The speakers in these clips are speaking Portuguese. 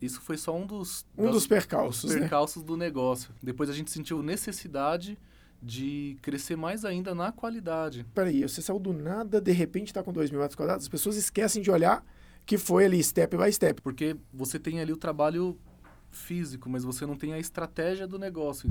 isso foi só dos percalços, percalços do negócio. Depois a gente sentiu necessidade de crescer mais ainda na qualidade. Peraí, você saiu do nada, de repente está com 2.000 metros quadrados, as pessoas esquecem de olhar que foi ali step by step. Porque você tem ali o trabalho físico, mas você não tem a estratégia do negócio.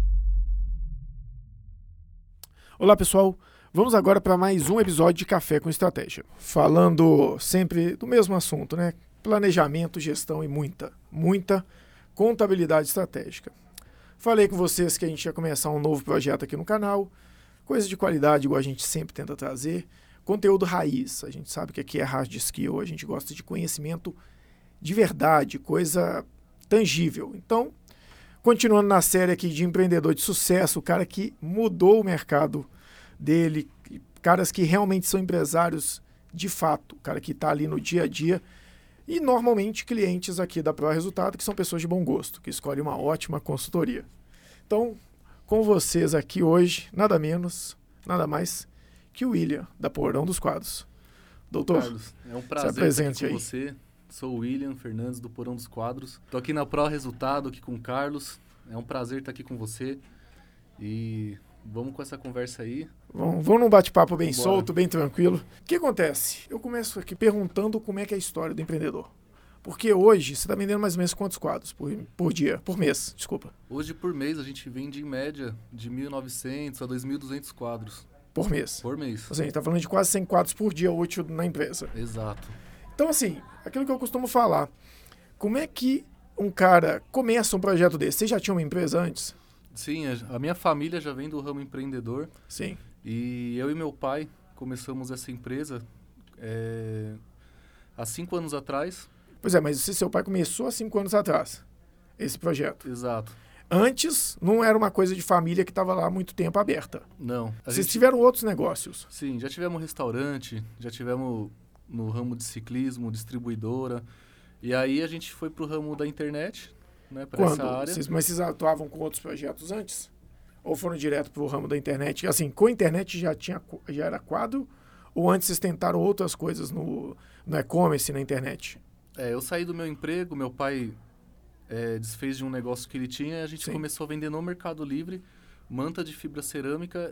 Olá, pessoal. Vamos agora para mais um episódio de Café com Estratégia. Falando sempre do mesmo assunto, né? Planejamento, gestão e muita contabilidade estratégica. Falei com vocês que a gente ia começar um novo projeto aqui no canal, coisa de qualidade, igual a gente sempre tenta trazer, conteúdo raiz. A gente sabe que aqui é hard skill, a gente gosta de conhecimento de verdade, coisa tangível. Então, continuando na série aqui de empreendedor de sucesso, o cara que mudou o mercado dele, caras que realmente são empresários de fato, o cara que está ali no dia a dia, e normalmente clientes aqui da Pro Resultado, que são pessoas de bom gosto, que escolhem uma ótima consultoria. Então, com vocês aqui hoje, nada menos, nada mais que o William, da Porão dos Quadros. Doutor, Carlos, é um prazer estar aqui com você. Sou o William Fernandes, do Porão dos Quadros. Estou aqui na Pro Resultado, aqui com o Carlos. É um prazer estar aqui com você. E vamos com essa conversa aí. Vamos num bate-papo bem solto, bem tranquilo. O que acontece? Eu começo aqui perguntando como é que é a história do empreendedor. Porque hoje você está vendendo mais ou menos quantos quadros por dia? Por mês, desculpa. Hoje, por mês, a gente vende em média de 1.900 a 2.200 quadros. Por mês? Por mês. Ou seja, a gente está falando de quase 100 quadros por dia útil na empresa. Exato. Então, assim, aquilo que eu costumo falar, como é que um cara começa um projeto desse? Você já tinha uma empresa antes? Sim, a minha família já vem do ramo empreendedor. Sim. E eu e meu pai começamos essa empresa há 5 anos atrás. Pois é, mas seu pai começou há 5 anos atrás, esse projeto. Exato. Antes, não era uma coisa de família que estava lá há muito tempo aberta. Não. Vocês tiveram outros negócios? Sim, já tivemos restaurante, já tivemos no ramo de ciclismo, distribuidora. E aí a gente foi para o ramo da internet, né, para essa área. Mas vocês atuavam com outros projetos antes? Ou foram direto para o ramo da internet? Assim, com a internet já era quadro? Ou antes vocês tentaram outras coisas no e-commerce, na internet? Eu saí do meu emprego, meu pai desfez de um negócio que ele tinha e a gente começou a vender no Mercado Livre manta de fibra cerâmica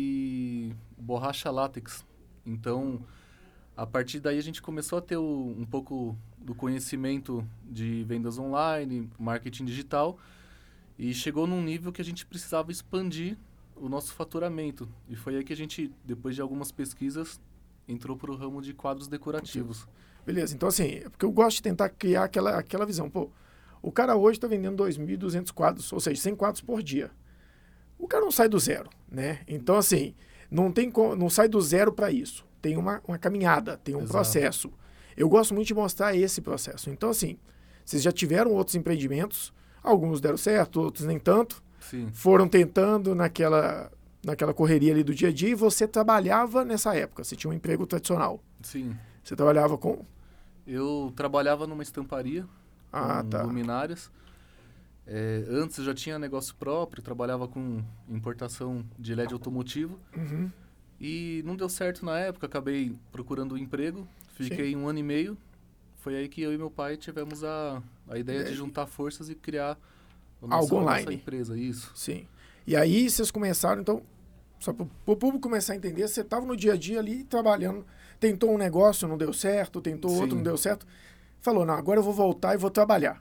e borracha látex. Então, a partir daí a gente começou a ter um pouco do conhecimento de vendas online, marketing digital, e chegou num nível que a gente precisava expandir o nosso faturamento. E foi aí que a gente, depois de algumas pesquisas, entrou para o ramo de quadros decorativos. Beleza, então assim, porque eu gosto de tentar criar aquela visão. Pô, o cara hoje está vendendo 2.200 quadros, ou seja, 100 quadros por dia. O cara não sai do zero, né? Então assim, não sai do zero para isso. Tem uma caminhada, tem um Exato. processo. Eu gosto muito de mostrar esse processo. Então assim, vocês já tiveram outros empreendimentos, alguns deram certo, outros nem tanto. Sim. Foram tentando naquela correria ali do dia a dia, e você trabalhava nessa época, você tinha um emprego tradicional. Sim. Você trabalhava com? Eu trabalhava numa estamparia, com luminárias. Antes eu já tinha negócio próprio, trabalhava com importação de LED automotivo. Uhum. E não deu certo na época, acabei procurando um emprego, fiquei 1 ano e meio. Foi aí que eu e meu pai tivemos a ideia de juntar forças e criar algo online. Nossa empresa, isso. Sim. E aí vocês começaram, então, só para o público começar a entender, você estava no dia a dia ali trabalhando, tentou um negócio, não deu certo, tentou Sim. outro, não deu certo. Falou, não, agora eu vou voltar e vou trabalhar.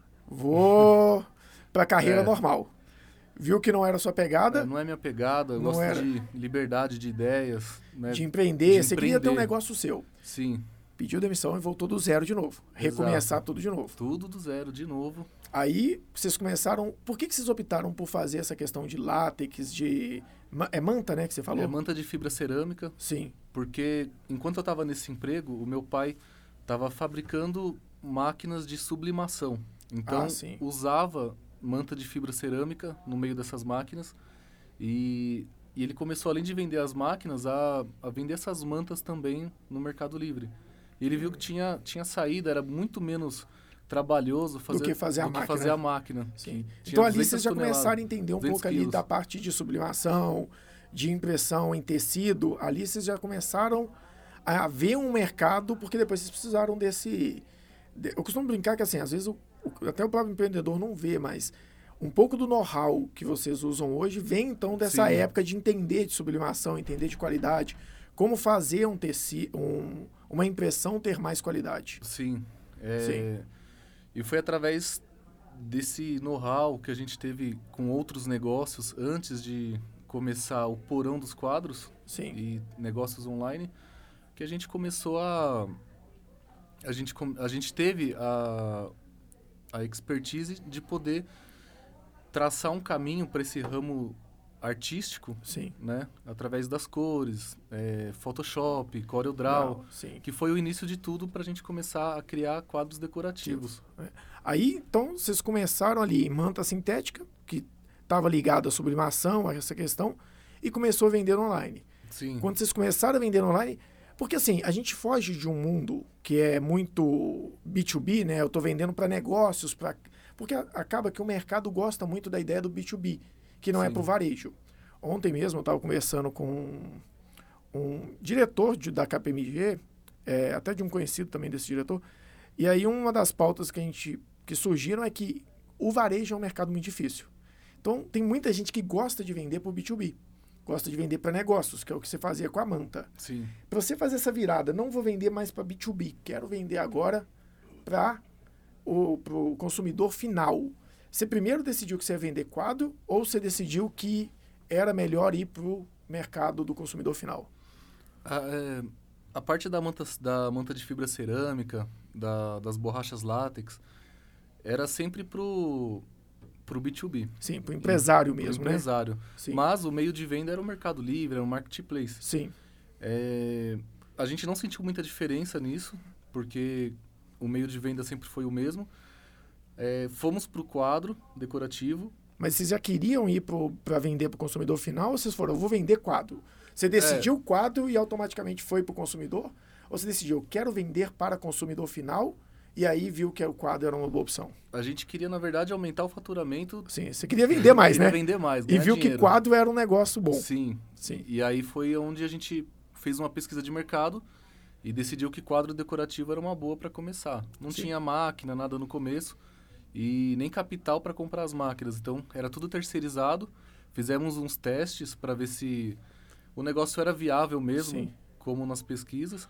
Vou para a carreira normal. Viu que não era a sua pegada? Não é minha pegada, eu gosto de liberdade de ideias. Né? De empreender, você queria ter um negócio seu. Sim. Pediu demissão e voltou do zero de novo. Recomeçar tudo de novo. Tudo do zero de novo. Aí vocês começaram... Por que vocês optaram por fazer essa questão de látex, de... É manta, né, que você falou? É manta de fibra cerâmica. Sim. Porque enquanto eu estava nesse emprego, o meu pai estava fabricando máquinas de sublimação. Então, usava manta de fibra cerâmica no meio dessas máquinas. E ele começou, além de vender as máquinas, a vender essas mantas também no Mercado Livre. E ele viu que tinha saída, era muito menos trabalhoso do que fazer a máquina. Sim. Então ali vocês já começaram a entender um pouco ali da parte de sublimação, de impressão em tecido. Ali vocês já começaram a ver um mercado, porque depois vocês precisaram desse... Eu costumo brincar que assim, às vezes até o próprio empreendedor não vê, mas um pouco do know-how que vocês usam hoje vem, então, dessa Sim. época de entender de sublimação, entender de qualidade, como fazer uma impressão ter mais qualidade. Sim. Sim. E foi através desse know-how que a gente teve com outros negócios antes de começar o Porão dos Quadros Sim. e negócios online, que a gente começou a gente teve a expertise de poder traçar um caminho para esse ramo artístico, Sim. né? Através das cores, Photoshop, CorelDRAW, Não, sim. que foi o início de tudo para a gente começar a criar quadros decorativos. Aí, então, vocês começaram ali em manta sintética, que estava ligada à sublimação, a essa questão, e começou a vender online. Sim. Quando vocês começaram a vender online, porque assim, a gente foge de um mundo que é muito B2B, né? Eu estou vendendo para negócios, porque acaba que o mercado gosta muito da ideia do B2B, que não é Sim. para o varejo. Ontem mesmo eu estava conversando com um diretor da KPMG, até de um conhecido também desse diretor, e aí uma das pautas que surgiram é que o varejo é um mercado muito difícil. Então, tem muita gente que gosta de vender para o B2B, gosta de vender para negócios, que é o que você fazia com a manta. Sim. Para você fazer essa virada, não vou vender mais para B2B, quero vender agora para o consumidor final. Você primeiro decidiu que você ia vender quadro ou você decidiu que era melhor ir para o mercado do consumidor final? A parte da manta de fibra cerâmica, das borrachas látex, era sempre pro B2B. Sim, para o empresário Pro mesmo, empresário. né? Sim. Mas o meio de venda era o Mercado Livre, era o Marketplace. Sim. A gente não sentiu muita diferença nisso, porque o meio de venda sempre foi o mesmo. Fomos pro quadro decorativo. Mas vocês já queriam ir para vender para o consumidor final ou vocês foram, eu vou vender quadro? Você decidiu o quadro e automaticamente foi para o consumidor? Ou você decidiu, eu quero vender para consumidor final e aí viu que o quadro era uma boa opção? A gente queria, na verdade, aumentar o faturamento. Sim, você queria vender mais, né? Vender mais, E viu dinheiro. que quadro era um negócio bom. Sim. Sim. E aí foi onde a gente fez uma pesquisa de mercado e decidiu que quadro decorativo era uma boa para começar. Não Sim. tinha máquina, nada no começo e nem capital para comprar as máquinas. Então, era tudo terceirizado. Fizemos uns testes para ver se o negócio era viável mesmo, Sim. como nas pesquisas.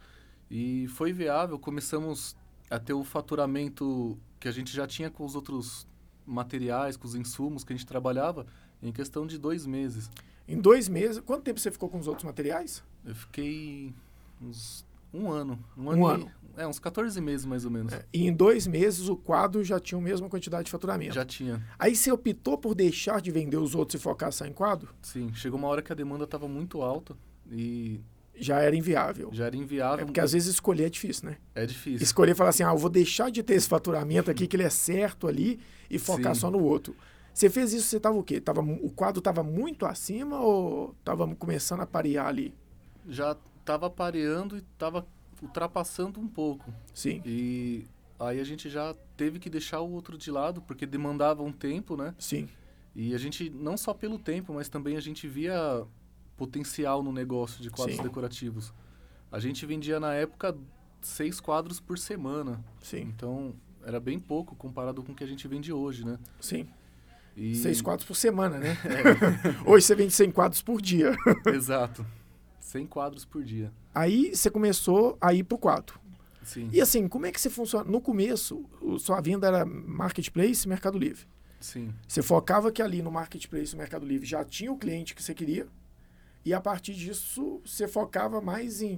E foi viável. Começamos a ter o faturamento que a gente já tinha com os outros materiais, com os insumos que a gente trabalhava, em questão de 2 meses. Em 2 meses, quanto tempo você ficou com os outros materiais? Eu fiquei uns 1 ano. Um ano. Uns 14 meses, mais ou menos. E em 2 meses o quadro já tinha a mesma quantidade de faturamento. Já tinha. Aí você optou por deixar de vender os outros e focar só em quadro? Sim. Chegou uma hora que a demanda estava muito alta e Já era inviável. já era inviável. Porque às vezes escolher é difícil, né? É difícil. Escolher e falar assim, eu vou deixar de ter esse faturamento aqui, que ele é certo ali, e focar Sim. só no outro. Você fez isso, você estava o quê? O quadro estava muito acima ou estava começando a parear ali? Já estava pareando e estava ultrapassando um pouco. Sim. E aí a gente já teve que deixar o outro de lado, porque demandava um tempo, né? Sim. E a gente, não só pelo tempo, mas também a gente via potencial no negócio de quadros Sim. decorativos. A gente vendia na época 6 quadros por semana. Sim. Então, era bem pouco comparado com o que a gente vende hoje, né? Sim. E... 6 quadros por semana, né? Hoje você vende 100 quadros por dia. Exato. 100 quadros por dia. Aí você começou a ir pro quadro. Sim. E assim, como é que você funciona? No começo, sua venda era Marketplace e Mercado Livre. Sim. Você focava que ali no Marketplace e Mercado Livre já tinha o cliente que você queria. E a partir disso, você focava mais em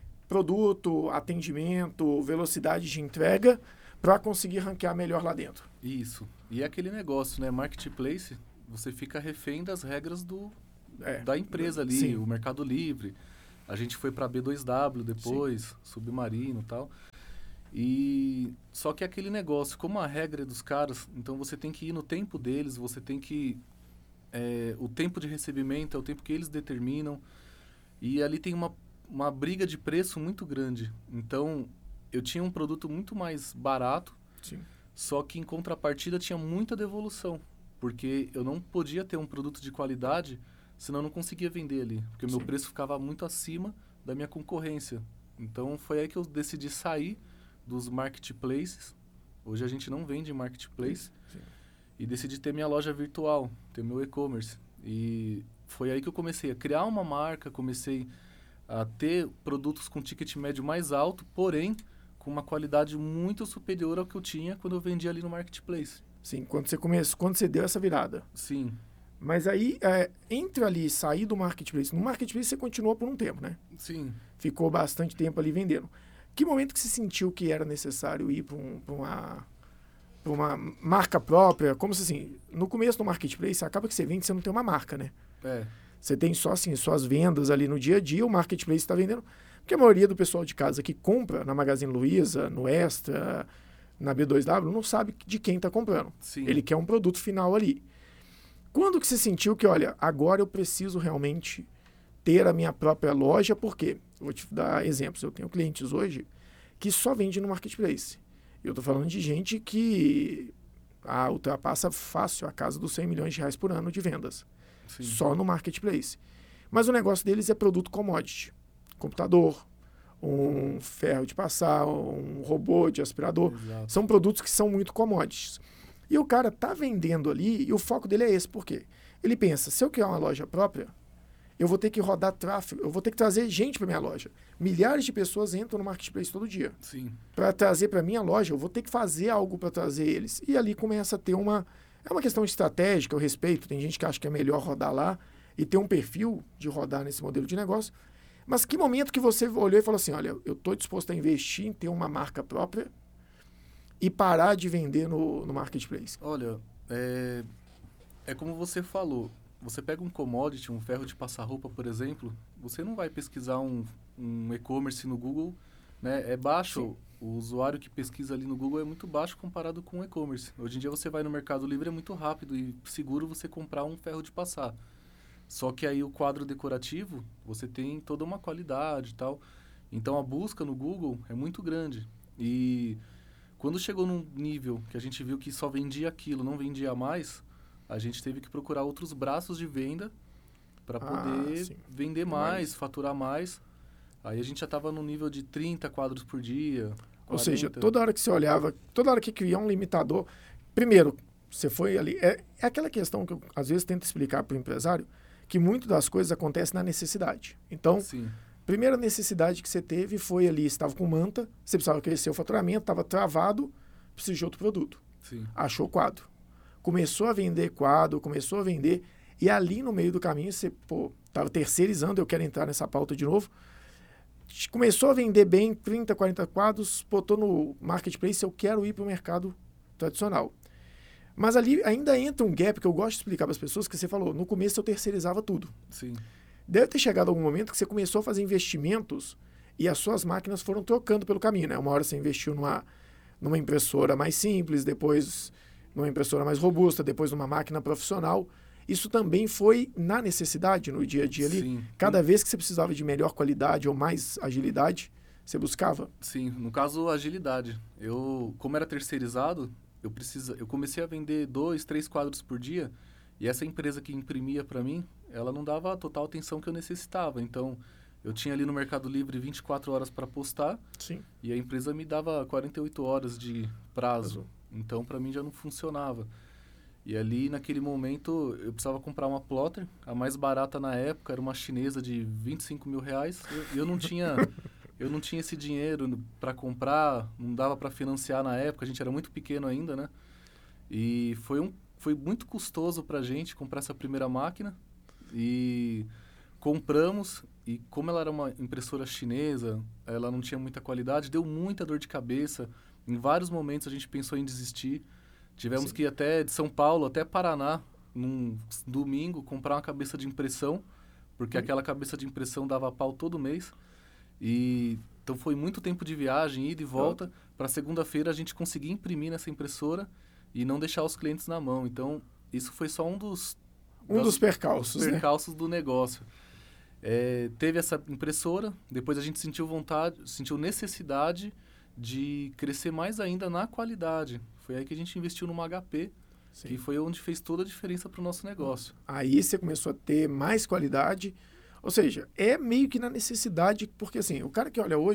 produto, atendimento, velocidade de entrega para conseguir ranquear melhor lá dentro. Isso. E é aquele negócio, né? Marketplace, você fica refém das regras da empresa ali, Sim. o Mercado Livre. A gente foi para B2W depois, Submarino e tal. E só que é aquele negócio, como a regra é dos caras, então você tem que ir no tempo deles, você tem que... o tempo de recebimento é o tempo que eles determinam. E ali tem uma briga de preço muito grande. Então, eu tinha um produto muito mais barato, Sim. só que em contrapartida tinha muita devolução. Porque eu não podia ter um produto de qualidade, senão eu não conseguia vender ali. Porque o meu Sim. preço ficava muito acima da minha concorrência. Então, foi aí que eu decidi sair dos marketplaces Hoje a gente não vende em marketplace. Sim. E decidi ter minha loja virtual, ter meu e-commerce. E foi aí que eu comecei a criar uma marca, comecei a ter produtos com ticket médio mais alto, porém com uma qualidade muito superior ao que eu tinha quando eu vendia ali no marketplace. Sim, quando você deu essa virada. Sim. Mas aí, entre ali e sair do marketplace, no marketplace você continuou por um tempo, né? Sim. Ficou bastante tempo ali vendendo. Que momento que você sentiu que era necessário ir para uma marca própria? Como se assim, no começo do marketplace, acaba que você vende, você não tem uma marca, né? Você tem só assim, suas vendas ali no dia a dia, o marketplace está vendendo. Porque a maioria do pessoal de casa que compra na Magazine Luiza, no Extra, na B2W, não sabe de quem está comprando. Sim. Ele quer um produto final ali. Quando que você sentiu que, olha, agora eu preciso realmente ter a minha própria loja? Por quê? Vou te dar exemplos. Eu tenho clientes hoje que só vendem no marketplace. Eu estou falando de gente que ultrapassa fácil a casa dos 100 milhões de reais por ano de vendas. Sim. Só no marketplace. Mas o negócio deles é produto commodity. Computador, um ferro de passar, um robô de aspirador. Exato. São produtos que são muito commodities. E o cara tá vendendo ali e o foco dele é esse. Por quê? Ele pensa, se eu criar uma loja própria, eu vou ter que rodar tráfego, eu vou ter que trazer gente para minha loja. Milhares de pessoas entram no marketplace todo dia. Sim. Para trazer para minha loja, eu vou ter que fazer algo para trazer eles. E ali começa a ter é uma questão estratégica, eu respeito. Tem gente que acha que é melhor rodar lá e ter um perfil de rodar nesse modelo de negócio. Mas que momento que você olhou e falou assim, olha, eu estou disposto a investir em ter uma marca própria e parar de vender no marketplace? Olha, é como você falou. Você pega um commodity, um ferro de passar roupa, por exemplo, você não vai pesquisar um e-commerce no Google, né? É baixo. Sim. O usuário que pesquisa ali no Google é muito baixo comparado com o e-commerce. Hoje em dia você vai no Mercado Livre, é muito rápido e seguro você comprar um ferro de passar. Só que aí o quadro decorativo, você tem toda uma qualidade e tal. Então a busca no Google é muito grande. E quando chegou num nível que a gente viu que só vendia aquilo, não vendia mais, a gente teve que procurar outros braços de venda para poder vender mais, faturar mais. Aí a gente já estava no nível de 30 quadros por dia. 40. Ou seja, toda hora que você olhava, toda hora que criar um limitador, primeiro, você foi ali. É aquela questão que eu às vezes tento explicar para o empresário, que muito das coisas acontece na necessidade. Então, Sim. primeira necessidade que você teve foi ali, você estava com manta, você precisava crescer o faturamento, estava travado, precisa de outro produto. Sim. Achou quadro. Começou a vender quadro, começou a vender, e ali no meio do caminho você, estava terceirizando, eu quero entrar nessa pauta de novo, começou a vender bem, 30, 40 quadros, botou no marketplace, eu quero ir para o mercado tradicional. Mas ali ainda entra um gap que eu gosto de explicar para as pessoas, que você falou, no começo eu terceirizava tudo. Sim. Deve ter chegado algum momento que você começou a fazer investimentos e as suas máquinas foram trocando pelo caminho, né? Uma hora você investiu numa impressora mais simples, depois numa impressora mais robusta, depois numa máquina profissional. Isso também foi na necessidade, no dia a dia ali? Sim. Cada vez que você precisava de melhor qualidade ou mais agilidade, você buscava? Sim, no caso, agilidade. Como era terceirizado, eu comecei a vender 2, 3 quadros por dia, e essa empresa que imprimia para mim, ela não dava a total atenção que eu necessitava. Então, eu tinha ali no Mercado Livre 24 horas para postar. Sim. E a empresa me dava 48 horas de prazo. Então, para mim já não funcionava. E ali, naquele momento, eu precisava comprar uma plotter. A mais barata na época era uma chinesa de 25 mil reais. Eu não tinha... Eu não tinha esse dinheiro para comprar, não dava para financiar na época, a gente era muito pequeno ainda, né? E foi muito custoso para a gente comprar essa primeira máquina. E compramos, e como ela era uma impressora chinesa, ela não tinha muita qualidade, deu muita dor de cabeça. Em vários momentos a gente pensou em desistir. Tivemos que ir até de São Paulo, até Paraná, num domingo, comprar uma cabeça de impressão, porque aquela cabeça de impressão dava pau todo mês. E então foi muito tempo de viagem, ida e volta, para segunda-feira a gente conseguir imprimir nessa impressora e não deixar os clientes na mão. Então, isso foi só um dos percalços do negócio. Teve essa impressora, depois a gente sentiu necessidade de crescer mais ainda na qualidade. Foi aí que a gente investiu numa HP, Sim. que foi onde fez toda a diferença para o nosso negócio. Aí você começou a ter mais qualidade. Ou seja, é meio que na necessidade, porque assim, o cara que olha hoje,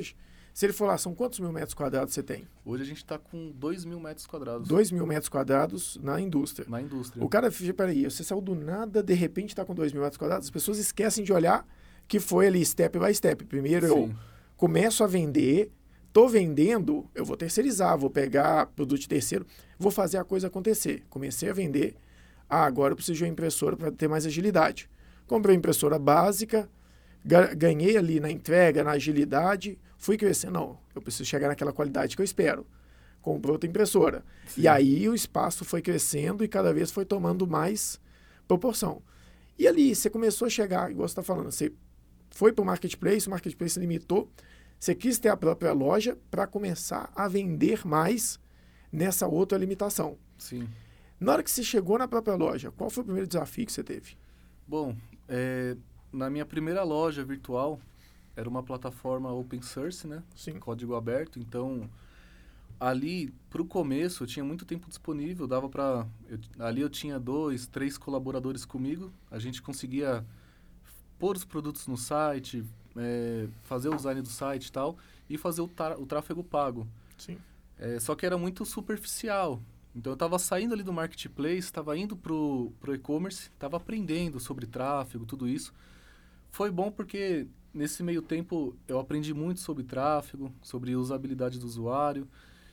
Se ele for lá, são quantos mil metros quadrados você tem? Hoje a gente está com 2.000 metros quadrados. 2.000 metros quadrados na indústria. Na indústria. O cara, peraí, você saiu do nada, de repente está com 2.000 metros quadrados, as pessoas esquecem de olhar que foi ali step by step. Primeiro eu começo a vender, tô vendendo, eu vou terceirizar, vou pegar produto de terceiro, vou fazer a coisa acontecer. Comecei a vender, agora eu preciso de uma impressora para ter mais agilidade. Comprei uma impressora básica, ganhei ali na entrega, na agilidade, fui crescendo. Não, eu preciso chegar naquela qualidade que eu espero. Comprei outra impressora. Sim. E aí o espaço foi crescendo e cada vez foi tomando mais proporção. E ali você começou a chegar, igual você está falando, você foi para o marketplace limitou, você quis ter a própria loja para começar a vender mais nessa outra limitação. Sim. Na hora que você chegou na própria loja, qual foi o primeiro desafio que você teve? Bom, na minha primeira loja virtual, era uma plataforma open source, né? Sim. Código aberto. Então, ali, para o começo, eu tinha muito tempo disponível. Dava para... Ali eu tinha 2, 3 colaboradores comigo. A gente conseguia pôr os produtos no site, fazer o design do site e tal, e fazer o tráfego pago. Sim. Só que era muito superficial. Então, eu estava saindo ali do marketplace, estava indo para o e-commerce, estava aprendendo sobre tráfego, tudo isso. Foi bom porque, nesse meio tempo, eu aprendi muito sobre tráfego, sobre usabilidade do usuário.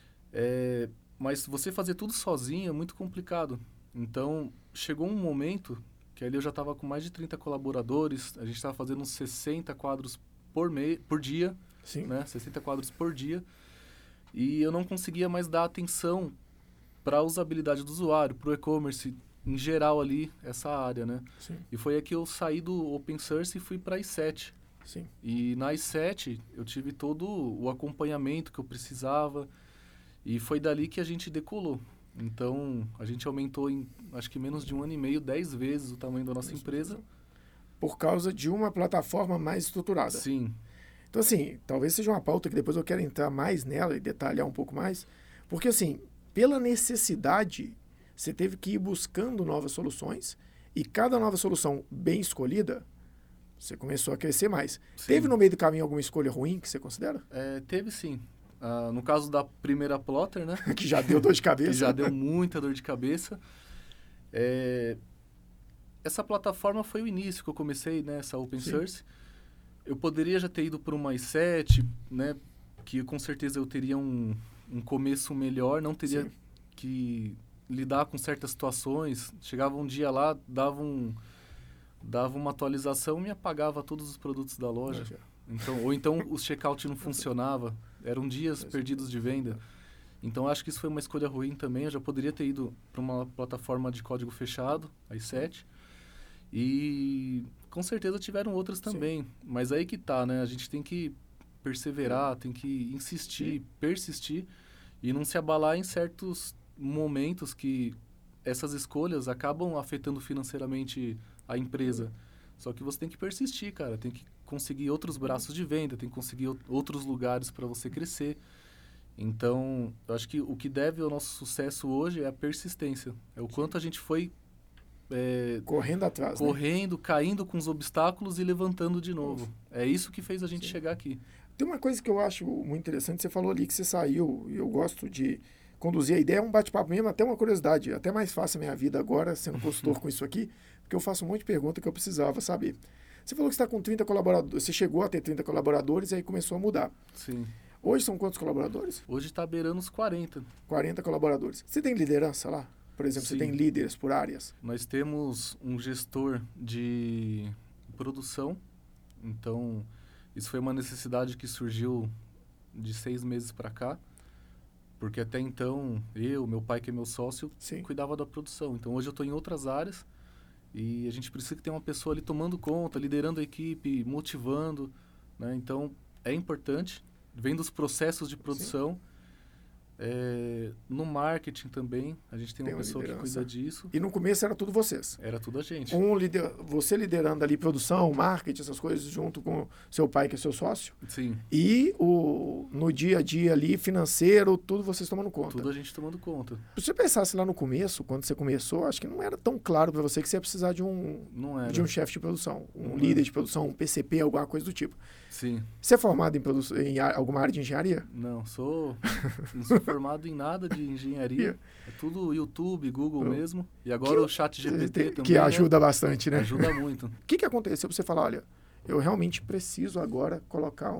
Mas você fazer tudo sozinho é muito complicado. Então, chegou um momento que ali eu já estava com mais de 30 colaboradores, a gente estava fazendo uns 60 quadros por dia, Sim. Né? 60 quadros por dia, e eu não conseguia mais dar atenção para a usabilidade do usuário, para o e-commerce em geral ali, essa área, né? Sim. E foi aí que eu saí do open source e fui para a i7. Sim. E na i7 eu tive todo o acompanhamento que eu precisava e foi dali que a gente decolou. Então, a gente aumentou em, acho que menos de 1 ano e meio, 10 vezes o tamanho da nossa empresa. Por causa de uma plataforma mais estruturada. Sim. Então, assim, talvez seja uma pauta que depois eu quero entrar mais nela e detalhar um pouco mais. Porque, assim, pela necessidade, você teve que ir buscando novas soluções e cada nova solução bem escolhida, você começou a crescer mais. Sim. Teve no meio do caminho alguma escolha ruim que você considera? Teve sim. No caso da primeira plotter, né? Que já deu dor de cabeça. Que já deu muita dor de cabeça. Essa plataforma foi o início que eu comecei, né? Essa open source. Eu poderia já ter ido para uma i7, né? Que com certeza eu teria um começo melhor, não teria que lidar com certas situações. Chegava um dia lá, dava uma atualização e me apagava todos os produtos da loja. Ou então o checkout não funcionava. Eram dias perdidos de venda. Então, acho que isso foi uma escolha ruim também. Eu já poderia ter ido para uma plataforma de código fechado, a i7. E com certeza tiveram outras também. Sim. Mas aí que tá, né? A gente tem que perseverar, tem que insistir, persistir e não se abalar em certos momentos que essas escolhas acabam afetando financeiramente a empresa. Só que você tem que persistir, cara. Tem que conseguir outros braços de venda, tem que conseguir outros lugares para você crescer. Então, eu acho que o que deve ao nosso sucesso hoje é a persistência. É o quanto a gente foi... correndo atrás, correndo, né? Caindo com os obstáculos e levantando de novo. É isso que fez a gente chegar aqui. Tem uma coisa que eu acho muito interessante. Você falou ali que você saiu, e eu gosto de conduzir a ideia. É um bate-papo mesmo, até uma curiosidade. Até mais fácil a minha vida agora, sendo consultor com isso aqui, porque eu faço um monte de pergunta que eu precisava saber. Você falou que você está com 30 colaboradores. Você chegou a ter 30 colaboradores e aí começou a mudar. Sim. Hoje são quantos colaboradores? Hoje está beirando os 40. 40 colaboradores. Você tem liderança lá? Por exemplo, Sim. Você tem líderes por áreas? Nós temos um gestor de produção. Então, isso foi uma necessidade que surgiu de 6 meses para cá. Porque até então, meu pai, que é meu sócio, cuidava da produção. Então, hoje eu estou em outras áreas. E a gente precisa que tenha uma pessoa ali tomando conta, liderando a equipe, motivando, né? Então, é importante, vem dos processos de produção. No marketing também, a gente tem uma pessoa que cuida disso. E no começo era tudo vocês? Era tudo a gente. Você liderando ali produção, marketing, essas coisas, junto com seu pai, que é seu sócio? Sim. E no dia a dia ali, financeiro, tudo vocês tomando conta? Tudo a gente tomando conta. Se você pensasse lá no começo, quando você começou, acho que não era tão claro para você que você ia precisar de um chefe de produção, líder de produção, um PCP, alguma coisa do tipo. Sim. Você é formado em alguma área de engenharia? Não sou formado em nada de engenharia. É tudo YouTube, Google mesmo. E agora o chat GPT também. Que ajuda bastante, né? Ajuda muito. O que aconteceu pra você falar, olha, eu realmente preciso agora colocar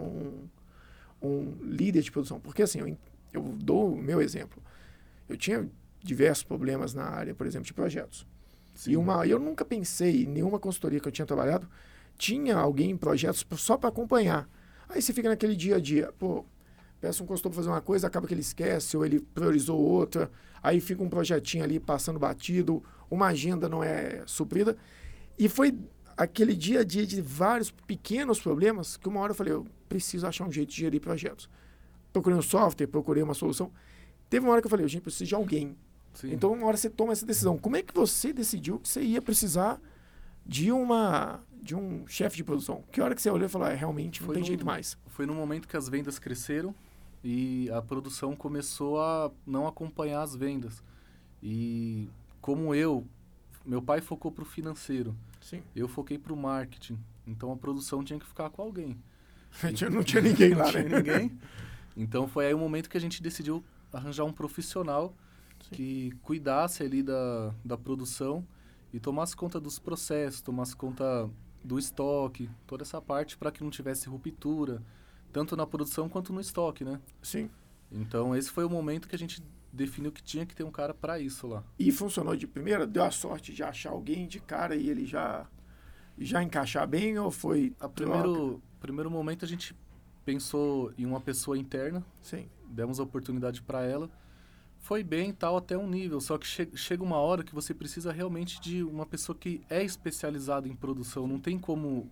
um líder de produção? Porque assim, eu dou o meu exemplo. Eu tinha diversos problemas na área, por exemplo, de projetos. Sim. E eu nunca pensei, em nenhuma consultoria que eu tinha trabalhado, tinha alguém em projetos só para acompanhar. Aí você fica naquele dia a dia, pô, peça um consultor para fazer uma coisa, acaba que ele esquece, ou ele priorizou outra, aí fica um projetinho ali passando batido, uma agenda não é suprida. E foi aquele dia a dia de vários pequenos problemas que uma hora eu falei, eu preciso achar um jeito de gerir projetos. Procurei um software, procurei uma solução. Teve uma hora que eu falei, gente, preciso de alguém. Sim. Então, uma hora você toma essa decisão. Como é que você decidiu que você ia precisar de um chefe de produção? Que hora que você olhou e falou, realmente não tem jeito mais? Foi no momento que as vendas cresceram e a produção começou a não acompanhar as vendas. E como meu pai focou para o financeiro, sim, eu foquei para o marketing. Então a produção tinha que ficar com alguém. Não tinha ninguém lá, né? Não tinha ninguém. Então foi aí o momento que a gente decidiu arranjar um profissional, sim, que cuidasse ali da produção e tomasse conta dos processos, tomasse conta do estoque, toda essa parte para que não tivesse ruptura, tanto na produção quanto no estoque, né? Sim. Então esse foi o momento que a gente definiu que tinha que ter um cara para isso lá. E funcionou de primeira? Deu a sorte de achar alguém de cara e ele já encaixar bem ou foi... Primeiro momento a gente pensou em uma pessoa interna. Sim. Demos a oportunidade para ela. Foi bem tal até um nível, só que chega uma hora que você precisa realmente de uma pessoa que é especializada em produção. Não tem como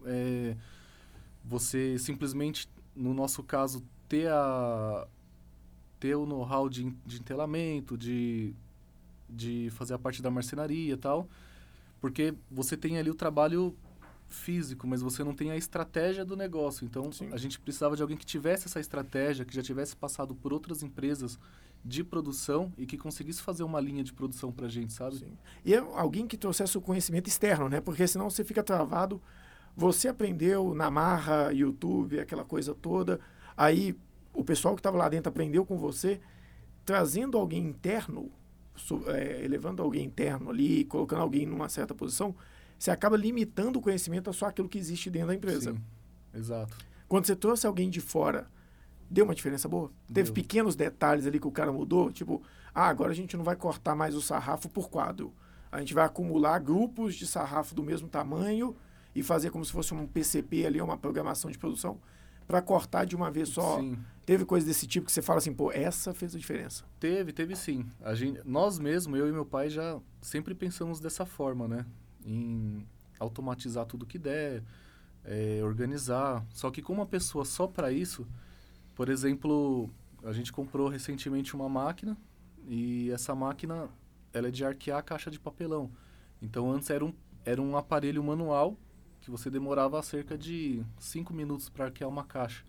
você simplesmente, no nosso caso, ter o know-how de entelamento, de fazer a parte da marcenaria e tal, porque você tem ali o trabalho físico, mas você não tem a estratégia do negócio. Então, sim, a gente precisava de alguém que tivesse essa estratégia, que já tivesse passado por outras empresas de produção e que conseguisse fazer uma linha de produção pra gente, sabe? Sim. E é alguém que trouxesse o conhecimento externo, né? Porque senão você fica travado. Você aprendeu na marra, YouTube, aquela coisa toda. Aí o pessoal que estava lá dentro aprendeu com você, trazendo alguém interno, elevando alguém interno ali, colocando alguém numa certa posição, você acaba limitando o conhecimento a só aquilo que existe dentro da empresa. Sim, exato. Quando você trouxe alguém de fora, deu uma diferença boa? Teve pequenos detalhes ali que o cara mudou? Tipo, agora a gente não vai cortar mais o sarrafo por quadro. A gente vai acumular grupos de sarrafo do mesmo tamanho e fazer como se fosse um PCP ali, uma programação de produção, para cortar de uma vez só. Sim. Teve coisa desse tipo que você fala assim, pô, essa fez a diferença? Teve sim. Nós mesmos, eu e meu pai, já sempre pensamos dessa forma, né? Em automatizar tudo que der, organizar. Só que com uma pessoa só para isso, por exemplo, a gente comprou recentemente uma máquina e essa máquina ela é de arquear a caixa de papelão. Então antes era um aparelho manual que você demorava cerca de 5 minutos para arquear uma caixa.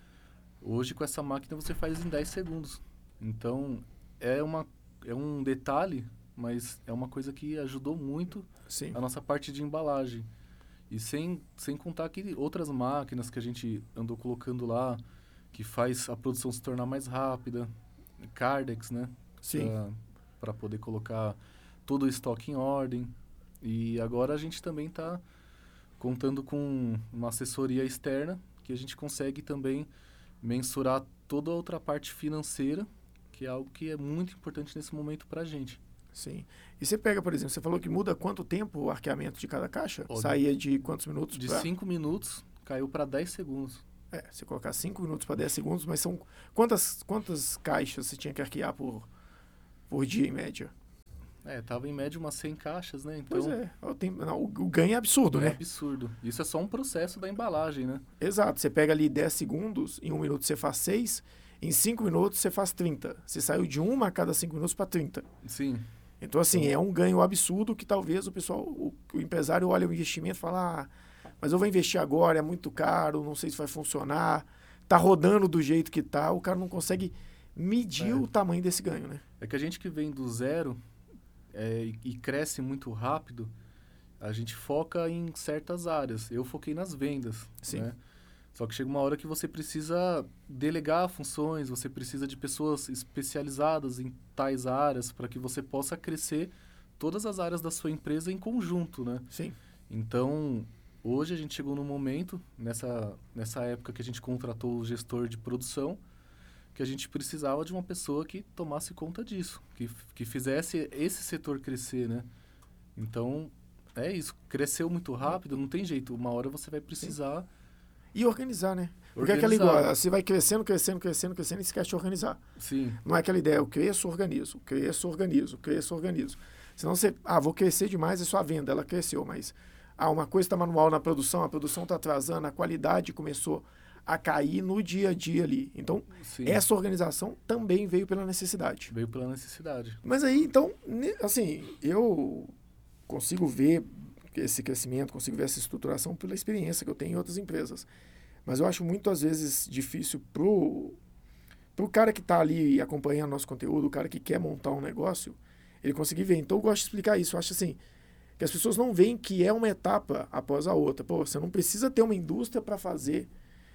Hoje com essa máquina você faz em 10 segundos. Então é um detalhe, mas é uma coisa que ajudou muito, sim, a nossa parte de embalagem. E sem contar que outras máquinas que a gente andou colocando lá, que faz a produção se tornar mais rápida, Cardex, né? Sim. Para poder colocar todo o estoque em ordem. E agora a gente também está contando com uma assessoria externa, que a gente consegue também mensurar toda a outra parte financeira, que é algo que é muito importante nesse momento para a gente. Sim. E você pega, por exemplo, você falou que muda quanto tempo o arqueamento de cada caixa? Saía de quantos minutos? De 5 minutos, caiu para 10 segundos. Se colocar 5 minutos para 10 segundos, mas são quantas caixas você tinha que arquear por dia, em média? Tava em média umas 100 caixas, né? Então, pois é. O ganho é absurdo, né? É absurdo. Isso é só um processo da embalagem, né? Exato. Você pega ali 10 segundos, em 1 minuto você faz 6. Em 5 minutos você faz 30. Você saiu de uma a cada 5 minutos para 30. Sim. Então, assim, é um ganho absurdo que talvez o empresário olha o investimento e fala, mas eu vou investir agora, é muito caro, não sei se vai funcionar, tá rodando do jeito que tá, o cara não consegue medir o tamanho desse ganho, né? É que a gente que vem do zero e cresce muito rápido, a gente foca em certas áreas. Eu foquei nas vendas, Sim. né? Só que chega uma hora que você precisa delegar funções, você precisa de pessoas especializadas em tais áreas para que você possa crescer todas as áreas da sua empresa em conjunto, né? Sim. Então, hoje a gente chegou num momento, nessa época que a gente contratou o gestor de produção, que a gente precisava de uma pessoa que tomasse conta disso, que fizesse esse setor crescer, né? Então, é isso. Cresceu muito rápido, não tem jeito. Uma hora você vai precisar... Sim. E organizar, né? Porque é aquela igual, você vai crescendo e esquece de organizar. Sim. Não é aquela ideia, eu cresço, organizo. Senão você, vou crescer demais, é só a venda, ela cresceu, mas uma coisa está manual na produção, a produção está atrasando, a qualidade começou a cair no dia a dia ali. Então, Sim. Essa organização também veio pela necessidade. Veio pela necessidade. Mas aí, então, assim, eu consigo ver esse crescimento, consigo ver essa estruturação pela experiência que eu tenho em outras empresas. Mas eu acho muito, às vezes, difícil pro cara que está ali acompanhando nosso conteúdo, o cara que quer montar um negócio, ele conseguir ver. Então, eu gosto de explicar isso. Eu acho assim, que as pessoas não veem que é uma etapa após a outra. Pô, você não precisa ter uma indústria para fazer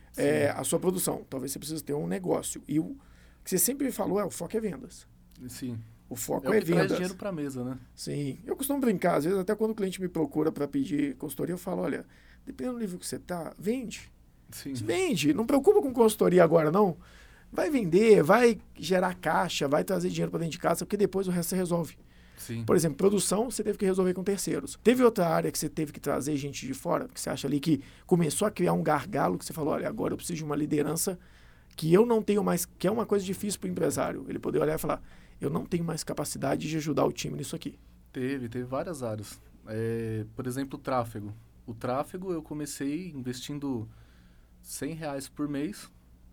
a sua produção. Talvez você precise ter um negócio. E o que você sempre falou o foco é vendas. Sim. O foco é o que vendas. traz dinheiro para a mesa, né? Sim. Eu costumo brincar, às vezes, até quando o cliente me procura para pedir consultoria, eu falo, olha, dependendo do nível que você tá, vende. Sim. Vende. Não preocupa com consultoria agora, não. Vai vender, vai gerar caixa, vai trazer dinheiro para dentro de casa, porque depois o resto você resolve. Sim. Por exemplo, produção, você teve que resolver com terceiros. Teve outra área que você teve que trazer gente de fora, que você acha ali que começou a criar um gargalo, que você falou, olha, agora eu preciso de uma liderança que eu não tenho mais, que é uma coisa difícil para o empresário. Ele poder olhar e falar, eu não tenho mais capacidade de ajudar o time nisso aqui. Teve várias áreas. Por exemplo, o tráfego. O tráfego eu comecei investindo R$100 por mês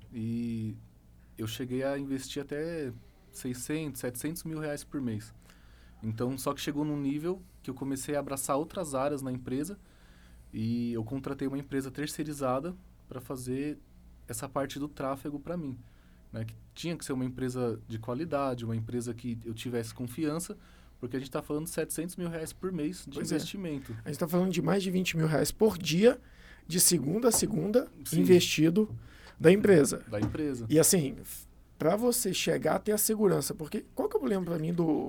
e eu cheguei a investir até 600, 700 mil reais por mês. Então, só que chegou num nível que eu comecei a abraçar outras áreas na empresa e eu contratei uma empresa terceirizada para fazer essa parte do tráfego para mim. Né? Que tinha que ser uma empresa de qualidade, uma empresa que eu tivesse confiança, porque a gente está falando de 700 mil reais por mês de investimento. A gente está falando de mais de 20 mil reais por dia, de segunda a segunda, Sim. investido da empresa. Da empresa. E assim, para você chegar a ter a segurança, porque qual que é o problema para mim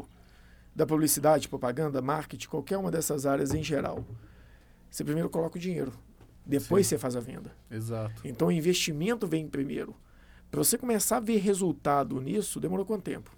da publicidade, propaganda, marketing, qualquer uma dessas áreas em geral? Você primeiro coloca o dinheiro, depois você faz a venda. Exato. Então o investimento vem primeiro. Para você começar a ver resultado nisso, demorou quanto tempo?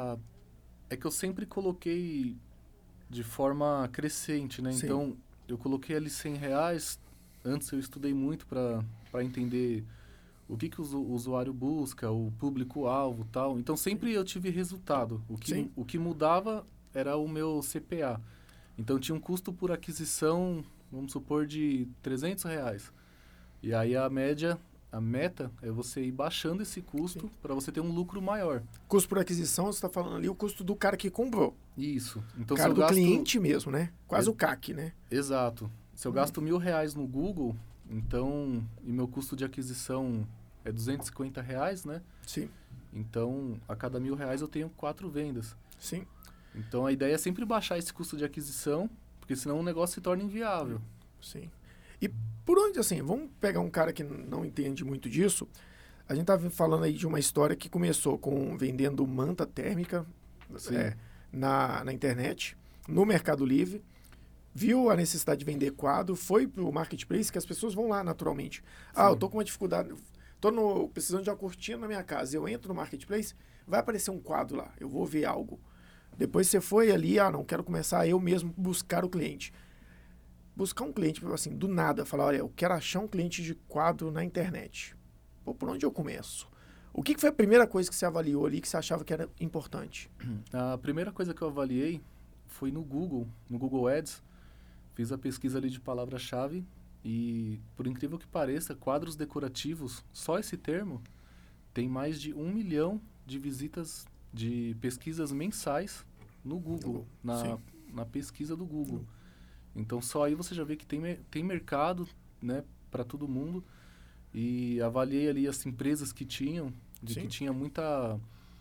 É que eu sempre coloquei de forma crescente, né? Sim. Então, eu coloquei ali R$100. Antes eu estudei muito para entender o que o usuário busca, o público-alvo e tal. Então, sempre eu tive resultado. O que mudava era o meu CPA. Então, tinha um custo por aquisição, vamos supor, de R$300. E aí, a meta é você ir baixando esse custo para você ter um lucro maior. Custo por aquisição, você está falando ali o custo do cara que comprou. Isso. Então, cara do cliente mesmo, né? Quase o CAC, né? Exato. Se eu gasto R$1.000 no Google, então, e meu custo de aquisição é R$250, né? Sim. Então, a cada R$1.000 eu tenho 4 vendas. Sim. Então, a ideia é sempre baixar esse custo de aquisição, porque senão o negócio se torna inviável. Sim. E por onde, assim, vamos pegar um cara que não entende muito disso. A gente tá falando aí de uma história que começou com vendendo manta térmica na internet, no Mercado Livre, viu a necessidade de vender quadro, foi pro marketplace, que as pessoas vão lá naturalmente. Eu tô com uma dificuldade, precisando de uma cortina na minha casa, eu entro no marketplace, vai aparecer um quadro lá, eu vou ver algo. Depois você foi ali, não quero começar eu mesmo buscar o cliente. Buscar um cliente, assim, do nada, falar, olha, eu quero achar um cliente de quadro na internet. Pô, por onde eu começo? O que foi a primeira coisa que você avaliou ali, que você achava que era importante? A primeira coisa que eu avaliei foi no Google Ads. Fiz a pesquisa ali de palavra-chave e, por incrível que pareça, quadros decorativos, só esse termo, tem mais de 1 milhão de visitas de pesquisas mensais no Google, na pesquisa do Google. Então, só aí você já vê que tem mercado, né, para todo mundo. E avaliei ali as empresas que tinham, que tinha muita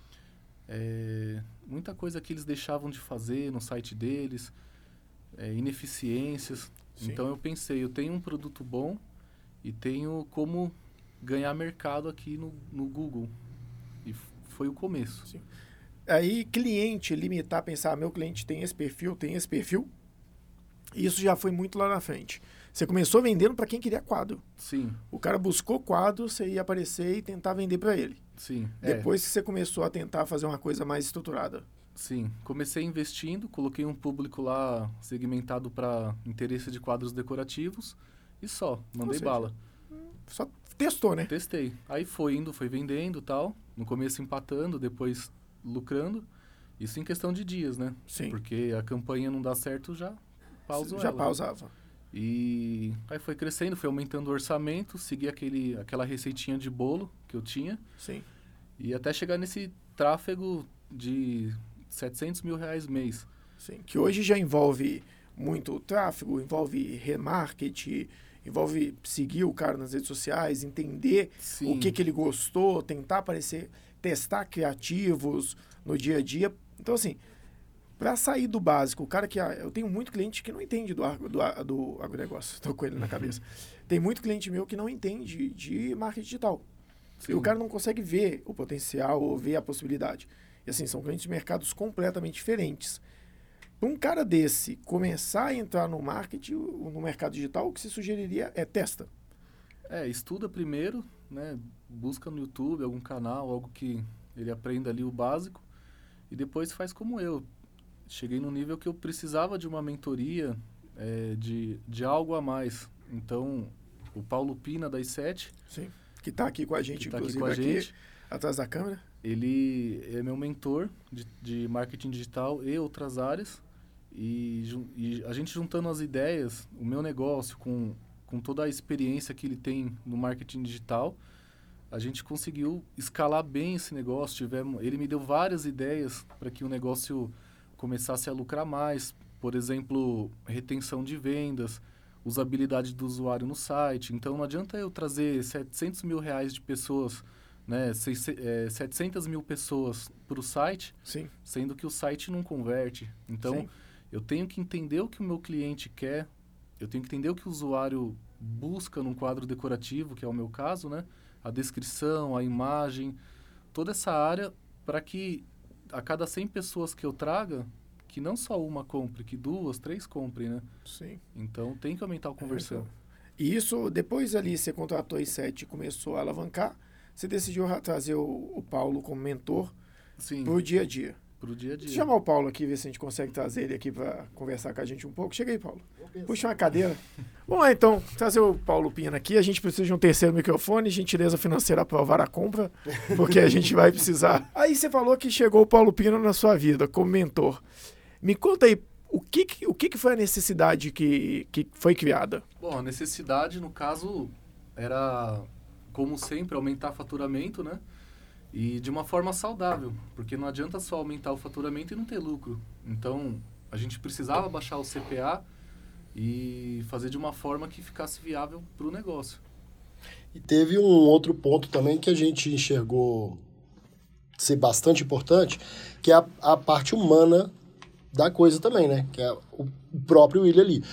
coisa que eles deixavam de fazer no site deles, ineficiências. Sim. Então, eu pensei, eu tenho um produto bom e tenho como ganhar mercado aqui no Google. E foi o começo. Sim. Aí, cliente, limitar, pensar, meu cliente tem esse perfil, isso já foi muito lá na frente. Você começou vendendo para quem queria quadro. Sim. O cara buscou quadro, você ia aparecer e tentar vender para ele. Sim. Depois que você começou a tentar fazer uma coisa mais estruturada. Sim. Comecei investindo, coloquei um público lá segmentado para interesse de quadros decorativos e mandei bala. Só testou, né? Testei. Aí foi vendendo e tal. No começo empatando, depois lucrando. Isso em questão de dias, né? Sim. Porque a campanha não dá certo, já pausava. E aí foi crescendo, foi aumentando o orçamento, segui aquela receitinha de bolo que eu tinha. Sim. E até chegar nesse tráfego de R$700 mil mês. Sim, que hoje já envolve muito tráfego, envolve remarketing, envolve seguir o cara nas redes sociais, entender o que ele gostou, tentar aparecer, testar criativos no dia a dia. Então, assim, para sair do básico, o cara que... Eu tenho muito cliente que não entende do agronegócio, estou com ele na cabeça. Tem muito cliente meu que não entende de marketing digital. Sim. E o cara não consegue ver o potencial ou ver a possibilidade. E assim, são clientes de mercados completamente diferentes. Para um cara desse começar a entrar no marketing, no mercado digital, o que se sugeriria é testa. Estuda primeiro, né? Busca no YouTube algum canal, algo que ele aprenda ali o básico. E depois faz como eu. Cheguei no nível que eu precisava de uma mentoria, de algo a mais. Então, o Paulo Pina, da I7... Sim, que está aqui com a gente, inclusive, aqui atrás da câmera. Ele é meu mentor de marketing digital e outras áreas. E a gente juntando as ideias, o meu negócio com toda a experiência que ele tem no marketing digital, a gente conseguiu escalar bem esse negócio. Ele me deu várias ideias para que o negócio começasse a lucrar mais. Por exemplo, retenção de vendas, usabilidade do usuário no site. Então, não adianta eu trazer R$700 mil de pessoas, né, 700 mil pessoas para o site, sendo que o site não converte. Então, eu tenho que entender o que o meu cliente quer, eu tenho que entender o que o usuário busca num quadro decorativo, que é o meu caso, né? A descrição, a imagem, toda essa área, para que a cada 100 pessoas que eu traga, que não só uma compre, que 2, 3 comprem, né? Sim. Então, tem que aumentar a conversão. E isso, depois ali, você contratou a I7 e começou a alavancar, você decidiu trazer o Paulo como mentor para o dia a dia. Pro dia a dia. Deixa eu chamar o Paulo aqui, ver se a gente consegue trazer ele aqui para conversar com a gente um pouco. Chega aí, Paulo. Puxa uma cadeira. Vamos lá, então, trazer o Paulo Pina aqui. A gente precisa de um terceiro microfone, gentileza financeira aprovar a compra, porque a gente vai precisar. Aí você falou que chegou o Paulo Pina na sua vida como mentor. Me conta aí, o que foi a necessidade que foi criada? Bom, a necessidade, no caso, era, como sempre, aumentar faturamento, né? E de uma forma saudável, porque não adianta só aumentar o faturamento e não ter lucro. Então, a gente precisava baixar o CPA e fazer de uma forma que ficasse viável para o negócio. E teve um outro ponto também que a gente enxergou ser bastante importante, que é a parte humana da coisa também, né? Que é o próprio William ali.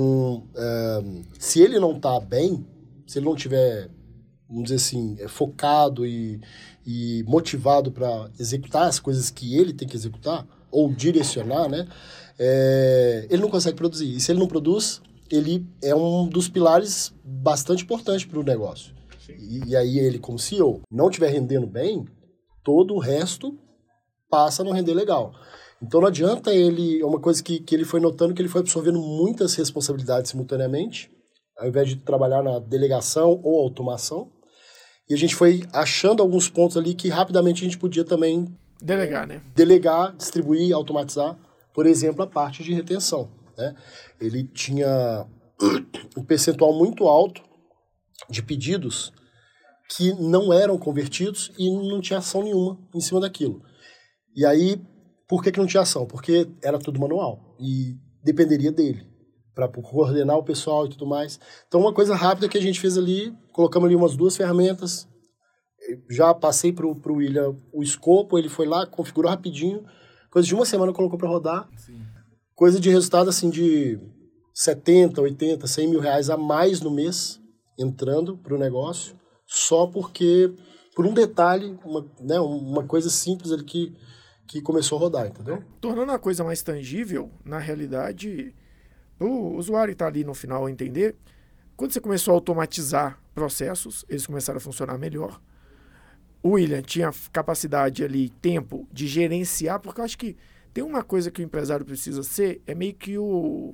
Se ele não tá bem, se ele não tiver, vamos dizer assim, focado e motivado para executar as coisas que ele tem que executar, ou direcionar, né? Ele não consegue produzir. E se ele não produz, ele é um dos pilares bastante importantes para o negócio. E aí ele, como CEO, não estiver rendendo bem, todo o resto passa a não render legal. Então não adianta ele... É uma coisa que ele foi notando, que ele foi absorvendo muitas responsabilidades simultaneamente, ao invés de trabalhar na delegação ou automação. E a gente foi achando alguns pontos ali que rapidamente a gente podia também... Delegar, né? Delegar, distribuir, automatizar. Por exemplo, a parte de retenção, né? Ele tinha um percentual muito alto de pedidos que não eram convertidos e não tinha ação nenhuma em cima daquilo. E aí, por que não tinha ação? Porque era tudo manual e dependeria dele para coordenar o pessoal e tudo mais. Então, uma coisa rápida que a gente fez ali, colocamos ali umas 2 ferramentas, já passei para o William o escopo, ele foi lá, configurou rapidinho, coisa de uma semana colocou para rodar, Sim. coisa de resultado assim de 70, 80, 100 mil reais a mais no mês entrando para o negócio, só porque, por um detalhe, uma coisa simples ali que começou a rodar, entendeu? Tornando a coisa mais tangível, na realidade, o usuário está ali no final a entender, quando você começou a automatizar processos, eles começaram a funcionar melhor. O William tinha capacidade ali, tempo de gerenciar, porque eu acho que tem uma coisa que o empresário precisa ser, é meio que o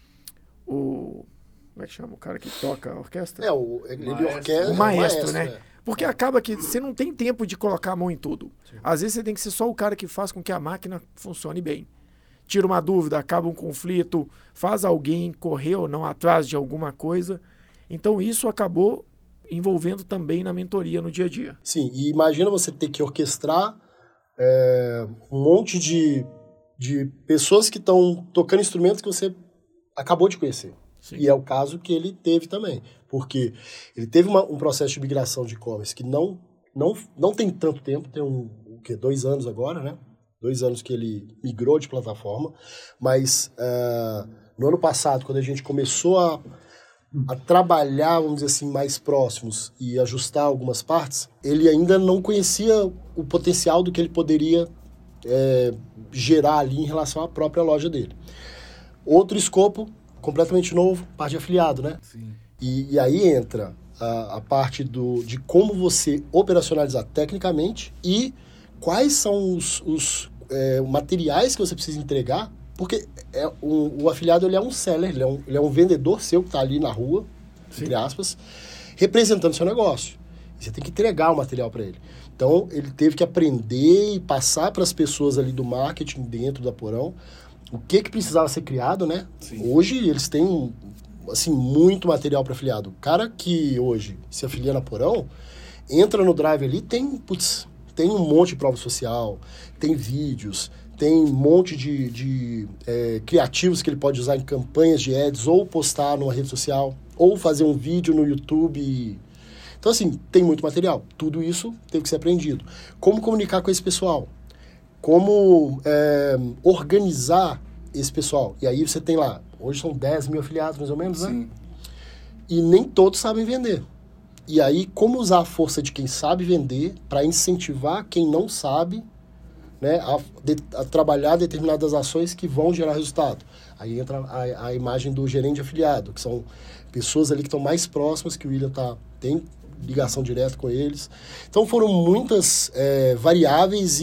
como é que chama o cara que toca a orquestra? O maestro, né? Porque acaba que você não tem tempo de colocar a mão em tudo. Sim. Às vezes você tem que ser só o cara que faz com que a máquina funcione bem. Tira uma dúvida, acaba um conflito, faz alguém correr ou não atrás de alguma coisa. Então isso acabou envolvendo também na mentoria no dia a dia. Sim, e imagina você ter que orquestrar um monte de pessoas que estão tocando instrumentos que você acabou de conhecer. Sim. E é o caso que ele teve também, porque ele teve um processo de migração de e-commerce que não tem tanto tempo, tem 2 anos agora, né? 2 anos que ele migrou de plataforma, mas no ano passado, quando a gente começou a trabalhar, vamos dizer assim, mais próximos e ajustar algumas partes, ele ainda não conhecia o potencial do que ele poderia gerar ali em relação à própria loja dele. Outro escopo completamente novo, parte de afiliado, né? Sim. E aí entra a parte de como você operacionalizar tecnicamente e quais são os materiais que você precisa entregar, porque o afiliado ele é um seller, ele é um vendedor seu que está ali na rua, sim, entre aspas, representando seu negócio. E você tem que entregar o material para ele. Então, ele teve que aprender e passar para as pessoas ali do marketing dentro da Porão o que precisava ser criado, né? Sim. Hoje, eles têm assim, muito material para afiliado. O cara que hoje se afilia na Porão, entra no Drive ali, tem um monte de prova social, tem vídeos, tem um monte de criativos que ele pode usar em campanhas de ads, ou postar numa rede social, ou fazer um vídeo no YouTube. Então, assim, tem muito material. Tudo isso teve que ser aprendido. Como comunicar com esse pessoal? Como organizar esse pessoal? E aí você tem lá, hoje são 10 mil afiliados, mais ou menos, né? Sim. E nem todos sabem vender. E aí, como usar a força de quem sabe vender para incentivar quem não sabe, né, a trabalhar determinadas ações que vão gerar resultado. Aí entra a imagem do gerente de afiliado, que são pessoas ali que estão mais próximas, que o William tem ligação direta com eles. Então foram muitas variáveis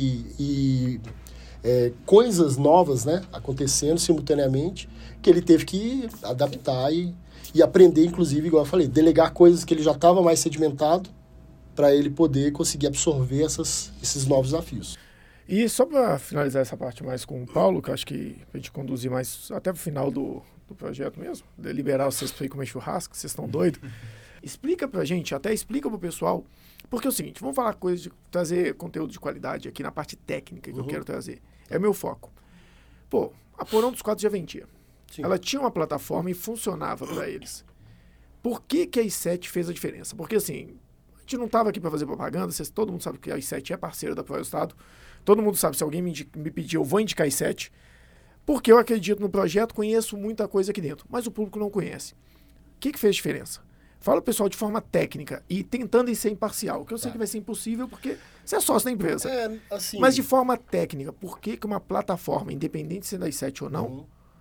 e coisas novas, né, acontecendo simultaneamente, que ele teve que adaptar e aprender, inclusive, igual eu falei, delegar coisas que ele já estava mais sedimentado para ele poder conseguir absorver esses novos desafios. E só para finalizar essa parte mais com o Paulo, que eu acho que a gente conduzir mais até o final do projeto mesmo, de liberar vocês para ir comer churrasco, vocês estão doidos. Explica pra gente, até explica pro pessoal, porque é o seguinte, vamos falar coisas de trazer conteúdo de qualidade aqui na parte técnica que eu quero trazer. É o meu foco. Pô, a Porão dos Quadros já vendia. Sim. Ela tinha uma plataforma e funcionava para eles. Por que a i7 fez a diferença? Porque assim, a gente não estava aqui para fazer propaganda, todo mundo sabe que a i7 é parceira da Pro Estado, todo mundo sabe, se alguém me pedir, eu vou indicar a i7, porque eu acredito no projeto, conheço muita coisa aqui dentro, mas o público não conhece. O que fez diferença? Fala o pessoal de forma técnica e tentando ser imparcial, que eu sei que vai ser impossível porque você é sócio da empresa. Assim, mas de forma técnica, por que uma plataforma, independente de ser da i7 ou não,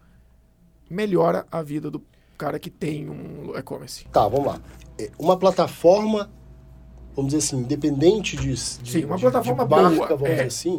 melhora a vida do cara que tem um e-commerce? Tá, vamos lá. Uma plataforma, vamos dizer assim, independente Sim, uma plataforma de marca, boa, vamos dizer assim,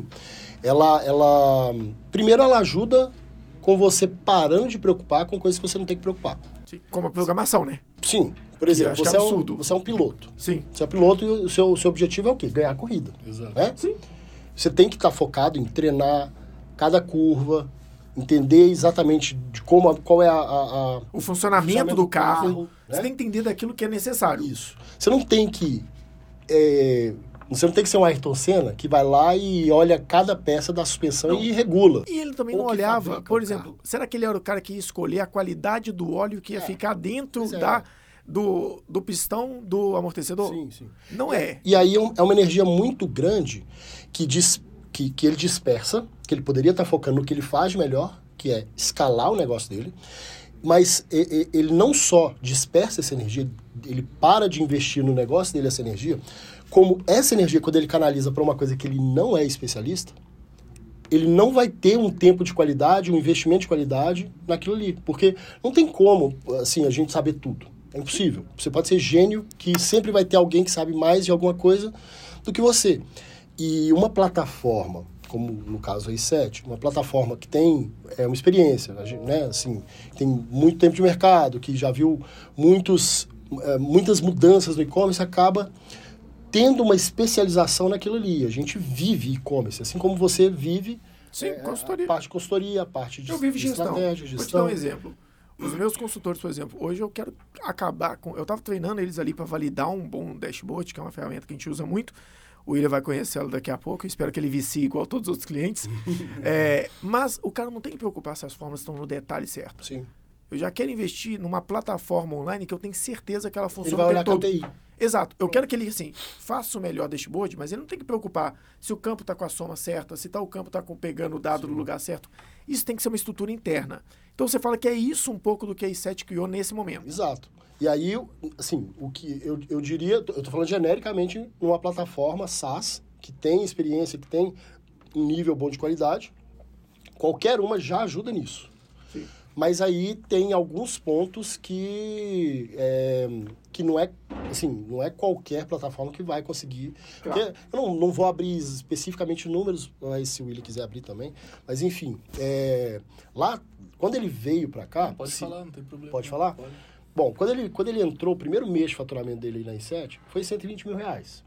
ela primeiro ela ajuda com você parando de preocupar com coisas que você não tem que preocupar. Sim, como a programação, né? Sim. Por exemplo, você é um piloto. Sim. Você é um piloto e o seu objetivo é o quê? Ganhar a corrida. Exato. Né? Sim. Você tem que estar focado em treinar cada curva, entender exatamente de qual é o funcionamento do carro. Né? Você tem que entender daquilo que é necessário. Isso. Você não tem que Você não tem que ser um Ayrton Senna que vai lá e olha cada peça da suspensão e regula. E ele também não olhava, por exemplo, será que ele era o cara que ia escolher a qualidade do óleo que ia ficar dentro do pistão do amortecedor? Sim. Não é. E aí é uma energia muito grande que ele dispersa, que ele poderia estar focando no que ele faz melhor, que é escalar o negócio dele, mas ele não só dispersa essa energia, ele para de investir no negócio dele essa energia, como essa energia, quando ele canaliza para uma coisa que ele não é especialista, ele não vai ter um tempo de qualidade, um investimento de qualidade naquilo ali. Porque não tem como, assim, a gente saber tudo. É impossível. Você pode ser gênio, que sempre vai ter alguém que sabe mais de alguma coisa do que você. E uma plataforma, como no caso a i7, uma plataforma que tem uma experiência, né? Assim, tem muito tempo de mercado, que já viu muitas mudanças no e-commerce, acaba tendo uma especialização naquilo ali. A gente vive e-commerce, assim como você vive consultoria. A parte de consultoria, a parte de estratégia, gestão. Vou te dar um exemplo. Os meus consultores, por exemplo, hoje eu quero acabar com... Eu estava treinando eles ali para validar um bom dashboard, que é uma ferramenta que a gente usa muito. O William vai conhecê-lo daqui a pouco. Eu espero que ele vicie igual todos os outros clientes. Mas o cara não tem que preocupar se as formas estão no detalhe certo. Sim. Eu já quero investir numa plataforma online que eu tenho certeza que ela funciona. Ele vai olhar todo. KPI. Exato. Eu quero que ele, assim, faça o melhor dashboard, mas ele não tem que preocupar se o campo está com a soma certa, se o campo está pegando o dado no lugar certo. Isso tem que ser uma estrutura interna. Então você fala que é isso um pouco do que a i7 criou nesse momento. Exato. E aí, assim, o que eu diria, eu estou falando genericamente numa plataforma SaaS, que tem experiência, que tem um nível bom de qualidade, qualquer uma já ajuda nisso. Sim. Mas aí tem alguns pontos que não é qualquer plataforma que vai conseguir. Claro. Eu não vou abrir especificamente números, mas se o Willi quiser abrir também. Mas enfim, lá, quando ele veio para cá... Pode falar, não tem problema. Pode falar? Pode. Bom, quando ele entrou, o primeiro mês de faturamento dele aí na i7 foi R$120 mil,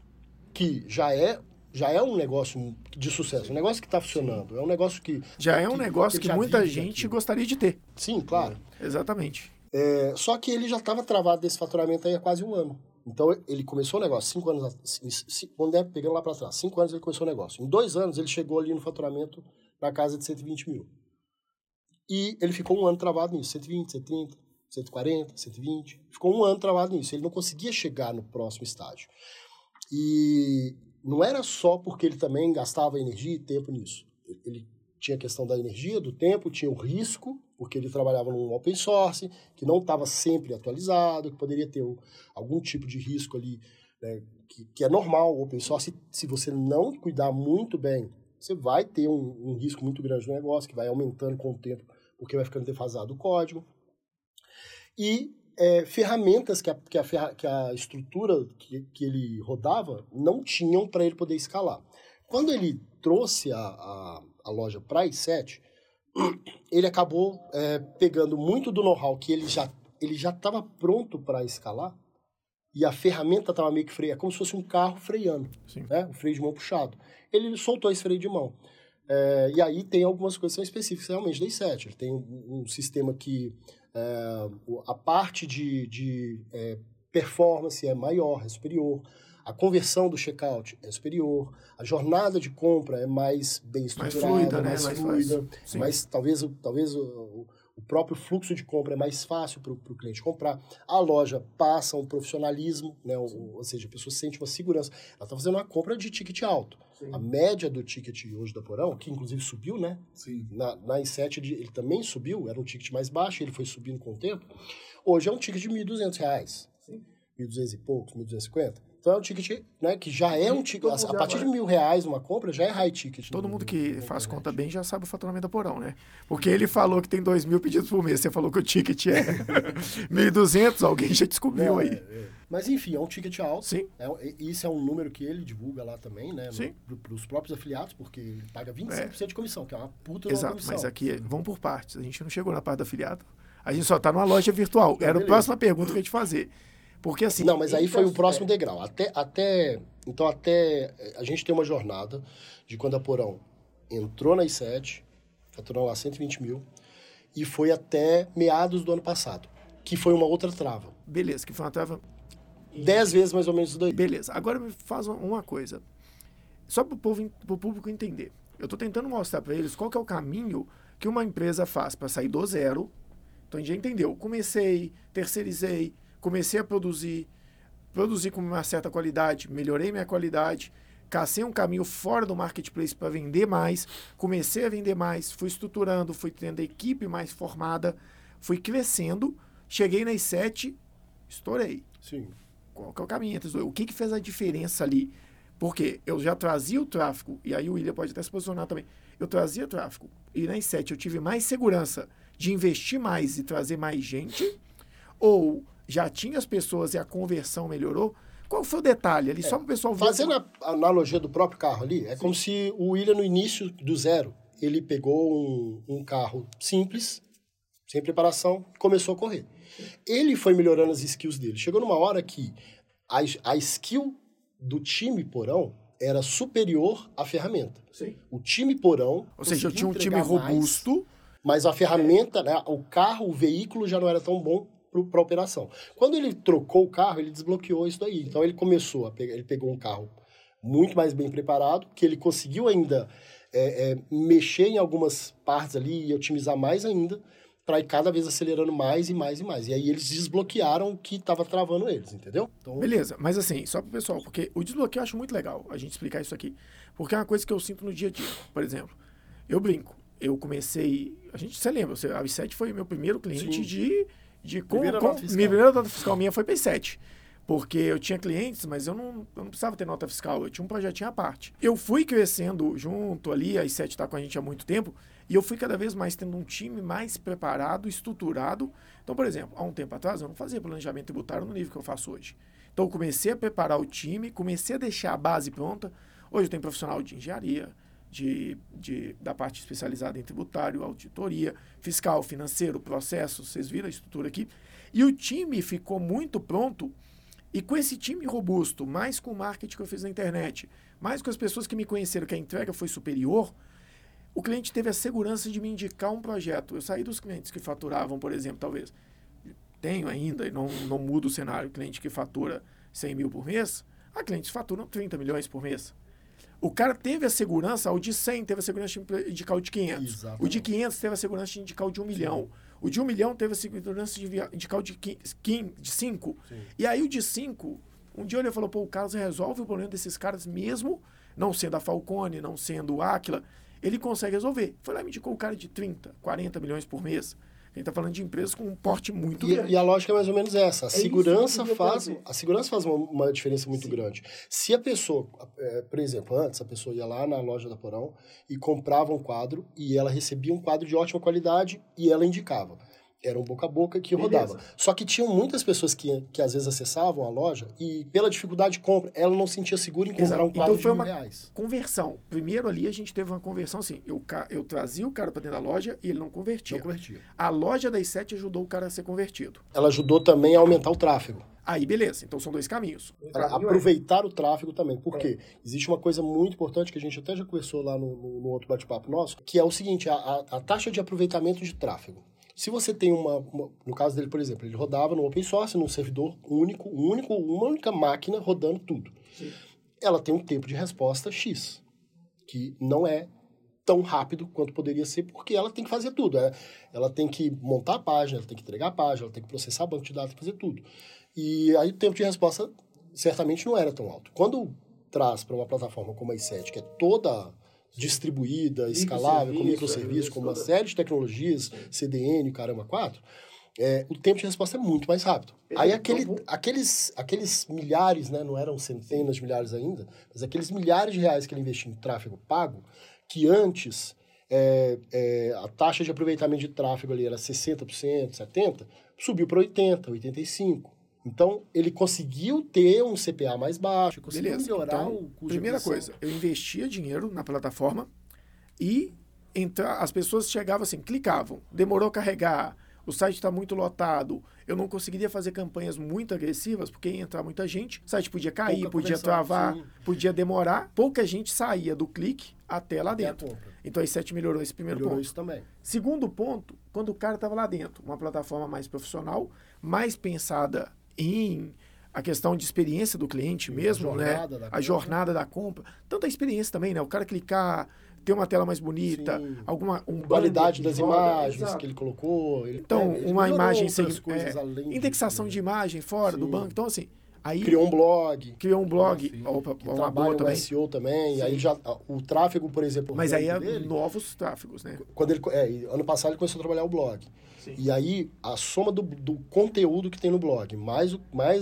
que já é um negócio de sucesso, um negócio que está funcionando. É um negócio que... Já é um negócio que muita gente gostaria de ter. Sim, claro. Exatamente. Só que ele já estava travado desse faturamento aí há quase um ano. Então, ele começou o negócio 5 anos... pegando lá para trás, 5 anos ele começou o negócio. Em 2 anos, ele chegou ali no faturamento na casa de 120 mil. E ele ficou um ano travado nisso, 120, 130, 140, 120. Ficou um ano travado nisso. Ele não conseguia chegar no próximo estágio. E... não era só porque ele também gastava energia e tempo nisso. Ele tinha a questão da energia, do tempo, tinha o risco, porque ele trabalhava num open source, que não estava sempre atualizado, que poderia ter algum tipo de risco ali, né, que é normal. O open source, se você não cuidar muito bem, você vai ter um risco muito grande no negócio, que vai aumentando com o tempo, porque vai ficando defasado o código. E ferramentas que a estrutura que ele rodava não tinham para ele poder escalar. Quando ele trouxe a loja para a i7, ele acabou pegando muito do know-how que ele já estava pronto para escalar, e a ferramenta estava meio que freia, como se fosse um carro freando, né? O freio de mão puxado. Ele soltou esse freio de mão. E aí tem algumas coisas que são específicas realmente da i7. Ele tem um sistema que a parte de performance é maior, é superior, a conversão do checkout é superior, a jornada de compra é mais bem estruturada, mais fluida, mas talvez o próprio fluxo de compra é mais fácil para o cliente comprar. A loja passa um profissionalismo, né? Ou seja, a pessoa sente uma segurança. Ela está fazendo uma compra de ticket alto. Sim. A média do ticket hoje da Porão, que inclusive subiu, né? Sim. Na i7 ele também subiu, era um ticket mais baixo, ele foi subindo com o tempo. Hoje é um ticket de R$1.200. Sim. 1.200 e poucos, 1.250. Então é um ticket, né, que já é um ticket, a partir de R$1.000 uma compra já é high ticket. Todo mundo que faz conta bem já sabe o faturamento da Porão, né? Porque ele falou que tem 2.000 pedidos por mês, você falou que o ticket é 1.200, alguém já descobriu aí. Mas enfim, é um ticket alto. Sim. Isso é um número que ele divulga lá também, né? Sim. Para os próprios afiliados, porque ele paga 25% de comissão, que é uma puta Exato, comissão. mas aqui vamos por partes. A gente não chegou na parte do afiliado. A gente só está numa loja virtual. Era a próxima pergunta que eu ia te fazer. Porque assim... Não, mas aí foi o próximo degrau. Então, até a gente tem uma jornada de quando a Porão entrou na i7, faturou lá 120 mil, e foi até meados do ano passado, que foi uma outra trava. Beleza, que foi uma trava 10 vezes mais ou menos isso daí. Beleza. Agora me faz uma coisa. Só para o público entender. Eu estou tentando mostrar para eles qual que é o caminho que uma empresa faz para sair do zero. Então, a gente já entendeu. Comecei, terceirizei, comecei a produzir com uma certa qualidade, melhorei minha qualidade, cacei um caminho fora do marketplace para vender mais, comecei a vender mais, fui estruturando, fui tendo a equipe mais formada, fui crescendo, cheguei nas 7, estourei. Sim. Qual que é o caminho entre os dois? O que fez a diferença ali? Porque eu já trazia o tráfego, e aí o William pode até se posicionar também, eu trazia tráfego, e nas 7 eu tive mais segurança de investir mais e trazer mais gente, ou já tinha as pessoas e a conversão melhorou? Qual foi o detalhe ali? Só para o pessoal ver. Fazendo a analogia do próprio carro ali, é como se o William, no início do zero, ele pegou um carro simples, sem preparação, e começou a correr. Ele foi melhorando as skills dele. Chegou numa hora que a skill do time porão era superior à ferramenta. Sim. O time porão... Ou seja, eu tinha um time robusto... Mas a ferramenta, né, o carro, o veículo já não era tão bom para a operação. Quando ele trocou o carro, ele desbloqueou isso daí. Então ele começou a pegar, ele pegou um carro muito mais bem preparado, que ele conseguiu ainda mexer em algumas partes ali e otimizar mais ainda, para ir cada vez acelerando mais e mais e mais. E aí eles desbloquearam o que estava travando eles, entendeu? Então... Beleza, mas assim, só para o pessoal, porque o desbloqueio eu acho muito legal a gente explicar isso aqui. Porque é uma coisa que eu sinto no dia a dia. Por exemplo, eu brinco. Eu comecei... Você lembra, a i7 foi meu primeiro cliente minha primeira nota fiscal minha foi para i7. Porque eu tinha clientes, mas eu não precisava ter nota fiscal. Eu tinha um projetinho à parte. Eu fui crescendo junto ali, a i7 está com a gente há muito tempo, e eu fui cada vez mais tendo um time mais preparado, estruturado. Então, por exemplo, há um tempo atrás, eu não fazia planejamento tributário no nível que eu faço hoje. Então, eu comecei a preparar o time, comecei a deixar a base pronta. Hoje eu tenho profissional de engenharia, da parte especializada em tributário, auditoria, fiscal, financeiro, processo, vocês viram a estrutura aqui. E o time ficou muito pronto, e com esse time robusto, mais com o marketing que eu fiz na internet, mais com as pessoas que me conheceram, que a entrega foi superior, o cliente teve a segurança de me indicar um projeto. Eu saí dos clientes que faturavam, por exemplo, talvez, tenho ainda, e não muda o cenário, cliente que fatura 100 mil por mês, há clientes que faturam 30 milhões por mês. O cara teve a segurança, o de 100 teve a segurança de indicar o de 500. Exatamente. O de 500 teve a segurança de indicar o de 1 milhão. O de 1 milhão teve a segurança de indicar o de 5. Sim. E aí o de 5, um dia ele falou, o Carlos resolve o problema desses caras mesmo, não sendo a Falcone, não sendo o Aquila, ele consegue resolver. Foi lá e me indicou o cara de 30, 40 milhões por mês. A gente está falando de empresas com um porte muito grande. E a lógica é mais ou menos essa. A segurança faz uma diferença muito grande. Se a pessoa, por exemplo, antes a pessoa ia lá na loja da Porão e comprava um quadro e ela recebia um quadro de ótima qualidade e ela indicava. Era um boca a boca que rodava. Só que tinham muitas pessoas que às vezes acessavam a loja e pela dificuldade de compra, ela não sentia segura em comprar um quadro de R$1.000. Conversão. Primeiro ali a gente teve uma conversão assim, eu trazia o cara para dentro da loja e ele não convertia. Não convertia. A loja da i7 ajudou o cara a ser convertido. Ela ajudou também a aumentar o tráfego. Aí beleza, então são dois caminhos. Aproveitar o tráfego também. Por quê? Existe uma coisa muito importante que a gente até já conversou lá no outro bate-papo nosso, que é o seguinte, a taxa de aproveitamento de tráfego. Se você tem no caso dele, por exemplo, ele rodava no open source, num servidor único, uma única máquina rodando tudo. Sim. Ela tem um tempo de resposta X, que não é tão rápido quanto poderia ser, porque ela tem que fazer tudo. Ela tem que montar a página, ela tem que entregar a página, ela tem que processar banco de dados, tem que fazer tudo. E aí o tempo de resposta certamente não era tão alto. Quando traz para uma plataforma como a i7, que é toda distribuída, escalável, com microserviços, com uma série de tecnologias, CDN, caramba, 4, o tempo de resposta é muito mais rápido. Aí aqueles milhares, né, não eram centenas de milhares ainda, mas aqueles milhares de reais que ele investiu em tráfego pago, que antes a taxa de aproveitamento de tráfego ali era 60%, 70%, subiu para 80%, 85%. Então, ele conseguiu ter um CPA mais baixo, conseguiu melhorar o custo. Primeira coisa, eu investia dinheiro na plataforma e as pessoas chegavam assim, clicavam, demorou a carregar, o site está muito lotado, eu não conseguiria fazer campanhas muito agressivas, porque ia entrar muita gente, o site podia cair, podia travar, podia demorar, pouca gente saía do clique até lá dentro. Então a i7 melhorou esse primeiro ponto. Isso também. Segundo ponto, quando o cara estava lá dentro, uma plataforma mais profissional, mais pensada em a questão de experiência do cliente mesmo, né? A jornada da compra. Tanto a experiência também, né? O cara clicar, ter uma tela mais bonita, qualidade das imagens que ele colocou. Então, uma imagem sem indexação de imagem fora do banco. Então, assim, aí criou um blog. Opa, uma boa também. SEO também. Sim. Aí já o tráfego, por exemplo. Mas aí novos tráfegos, né? Quando ano passado ele começou a trabalhar o blog. Sim. E aí, a soma do conteúdo que tem no blog, mais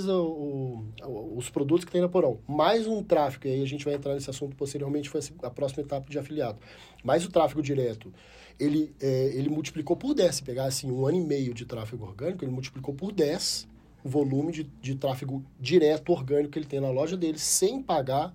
os produtos que tem na Porão, mais um tráfego, e aí a gente vai entrar nesse assunto posteriormente, foi a próxima etapa de afiliado, mais o tráfego direto, ele multiplicou por 10. Se pegar assim, 1 ano e meio de tráfego orgânico, ele multiplicou por 10 o volume de tráfego direto orgânico que ele tem na loja dele, sem pagar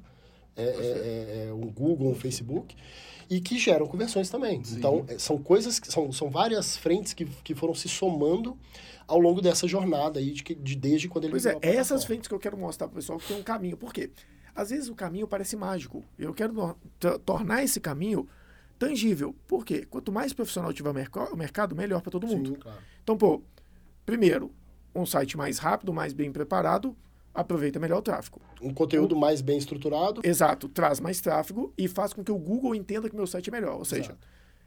um Google, um Facebook, e que geram conversões também. Sim. Então, são coisas, são várias frentes que foram se somando ao longo dessa jornada aí, desde quando ele... Pois é essas frentes que eu quero mostrar para o pessoal que tem um caminho. Por quê? Às vezes o caminho parece mágico. Eu quero tornar esse caminho tangível. Por quê? Quanto mais profissional tiver o mercado, melhor para todo mundo. Sim, claro. Então, primeiro, um site mais rápido, mais bem preparado, aproveita melhor o tráfego. Um conteúdo mais bem estruturado. Exato, traz mais tráfego e faz com que o Google entenda que meu site é melhor. Ou seja,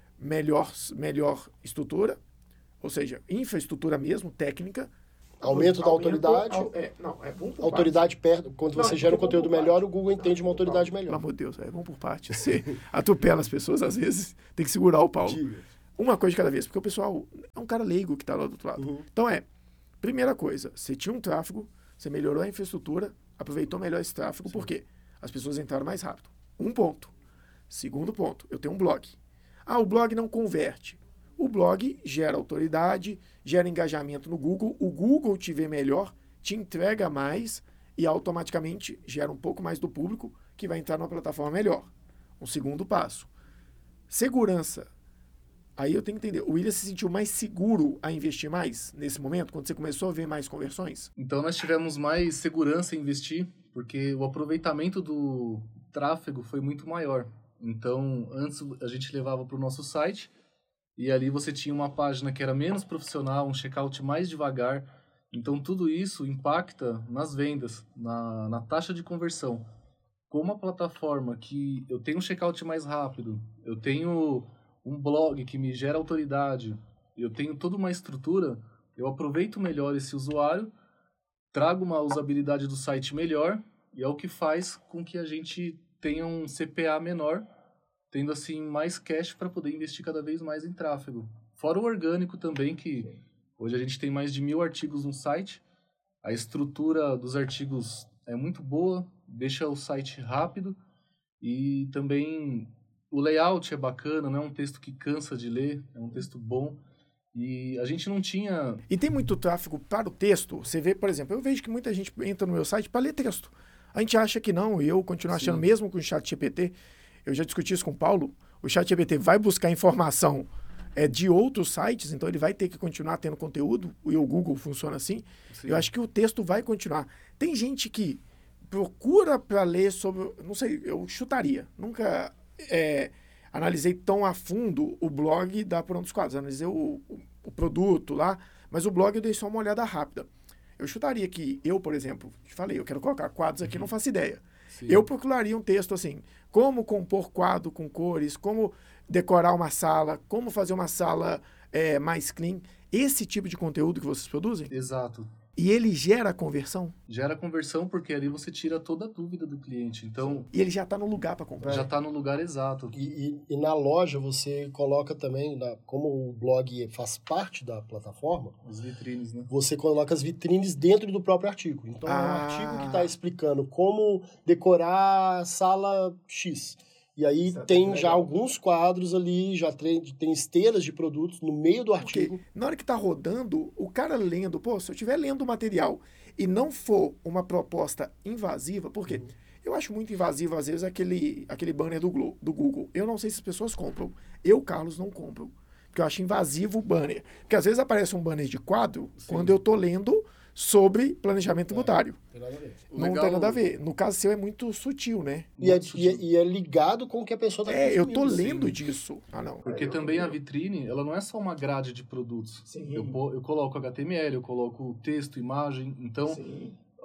melhor estrutura, ou seja, infraestrutura mesmo, técnica. Aumento da autoridade. Autoridade perto. Quando você gera um conteúdo melhor, o Google entende uma autoridade melhor. Pelo amor de Deus, vamos por parte. Você atropela as pessoas, às vezes, tem que segurar o Paulo. Uma coisa de cada vez, porque o pessoal é um cara leigo que está lá do outro lado. Uhum. Então primeira coisa, você tinha um tráfego, você melhorou a infraestrutura, aproveitou melhor esse tráfego. Sim. Por quê? As pessoas entraram mais rápido. Um ponto. Segundo ponto, eu tenho um blog. O blog não converte. O blog gera autoridade, gera engajamento no Google. O Google te vê melhor, te entrega mais e automaticamente gera um pouco mais do público que vai entrar numa plataforma melhor. Um segundo passo. Segurança. Aí eu tenho que entender, o William se sentiu mais seguro a investir mais nesse momento, quando você começou a ver mais conversões? Então nós tivemos mais segurança em investir, porque o aproveitamento do tráfego foi muito maior. Então antes a gente levava para o nosso site e ali você tinha uma página que era menos profissional, um checkout mais devagar. Então tudo isso impacta nas vendas, na taxa de conversão. Com uma plataforma que eu tenho um checkout mais rápido, eu tenho um blog que me gera autoridade, eu tenho toda uma estrutura, eu aproveito melhor esse usuário, trago uma usabilidade do site melhor, e é o que faz com que a gente tenha um CPA menor, tendo assim mais cash para poder investir cada vez mais em tráfego. Fora o orgânico também, que hoje a gente tem mais de 1.000 artigos no site, a estrutura dos artigos é muito boa, deixa o site rápido, e também o layout é bacana, não é um texto que cansa de ler, é um texto bom. E a gente não tinha... E tem muito tráfego para o texto. Você vê, por exemplo, eu vejo que muita gente entra no meu site para ler texto. A gente acha que não, e eu continuo achando, mesmo com o ChatGPT, eu já discuti isso com o Paulo, o ChatGPT vai buscar informação de outros sites, então ele vai ter que continuar tendo conteúdo, e o Google funciona assim. Sim. Eu acho que o texto vai continuar. Tem gente que procura para ler sobre... Não sei, eu chutaria. Nunca... analisei tão a fundo o blog da Porão dos Quadros, analisei o produto lá, mas o blog eu dei só uma olhada rápida. Eu chutaria que eu, por exemplo, te falei, eu quero colocar quadros aqui, não faço ideia. Sim. Eu procuraria um texto assim, como compor quadro com cores, como decorar uma sala, como fazer uma sala mais clean, esse tipo de conteúdo que vocês produzem? Exato. E ele gera conversão? Gera conversão porque ali você tira toda a dúvida do cliente. Então, e ele já está no lugar para comprar. Já está no lugar exato. E na loja você coloca também, como o blog faz parte da plataforma... As vitrines, né? Você coloca as vitrines dentro do próprio artigo. Então, é um artigo que está explicando como decorar a sala X. E aí tem já alguns quadros ali, já tem esteiras de produtos no meio do artigo. Porque na hora que tá rodando, o cara lendo, se eu estiver lendo o material e não for uma proposta invasiva, porque eu acho muito invasivo, às vezes, aquele banner do Google. Eu não sei se as pessoas compram. Eu, Carlos, não compro. Porque eu acho invasivo o banner. Porque às vezes aparece um banner de quadro quando eu tô lendo sobre planejamento tributário. Não tem nada a ver. No caso seu é muito sutil, né? E é ligado com o que a pessoa está consumindo. Eu tô lendo disso. Não. Porque também a vitrine, ela não é só uma grade de produtos. Eu coloco HTML, eu coloco texto, imagem. Então,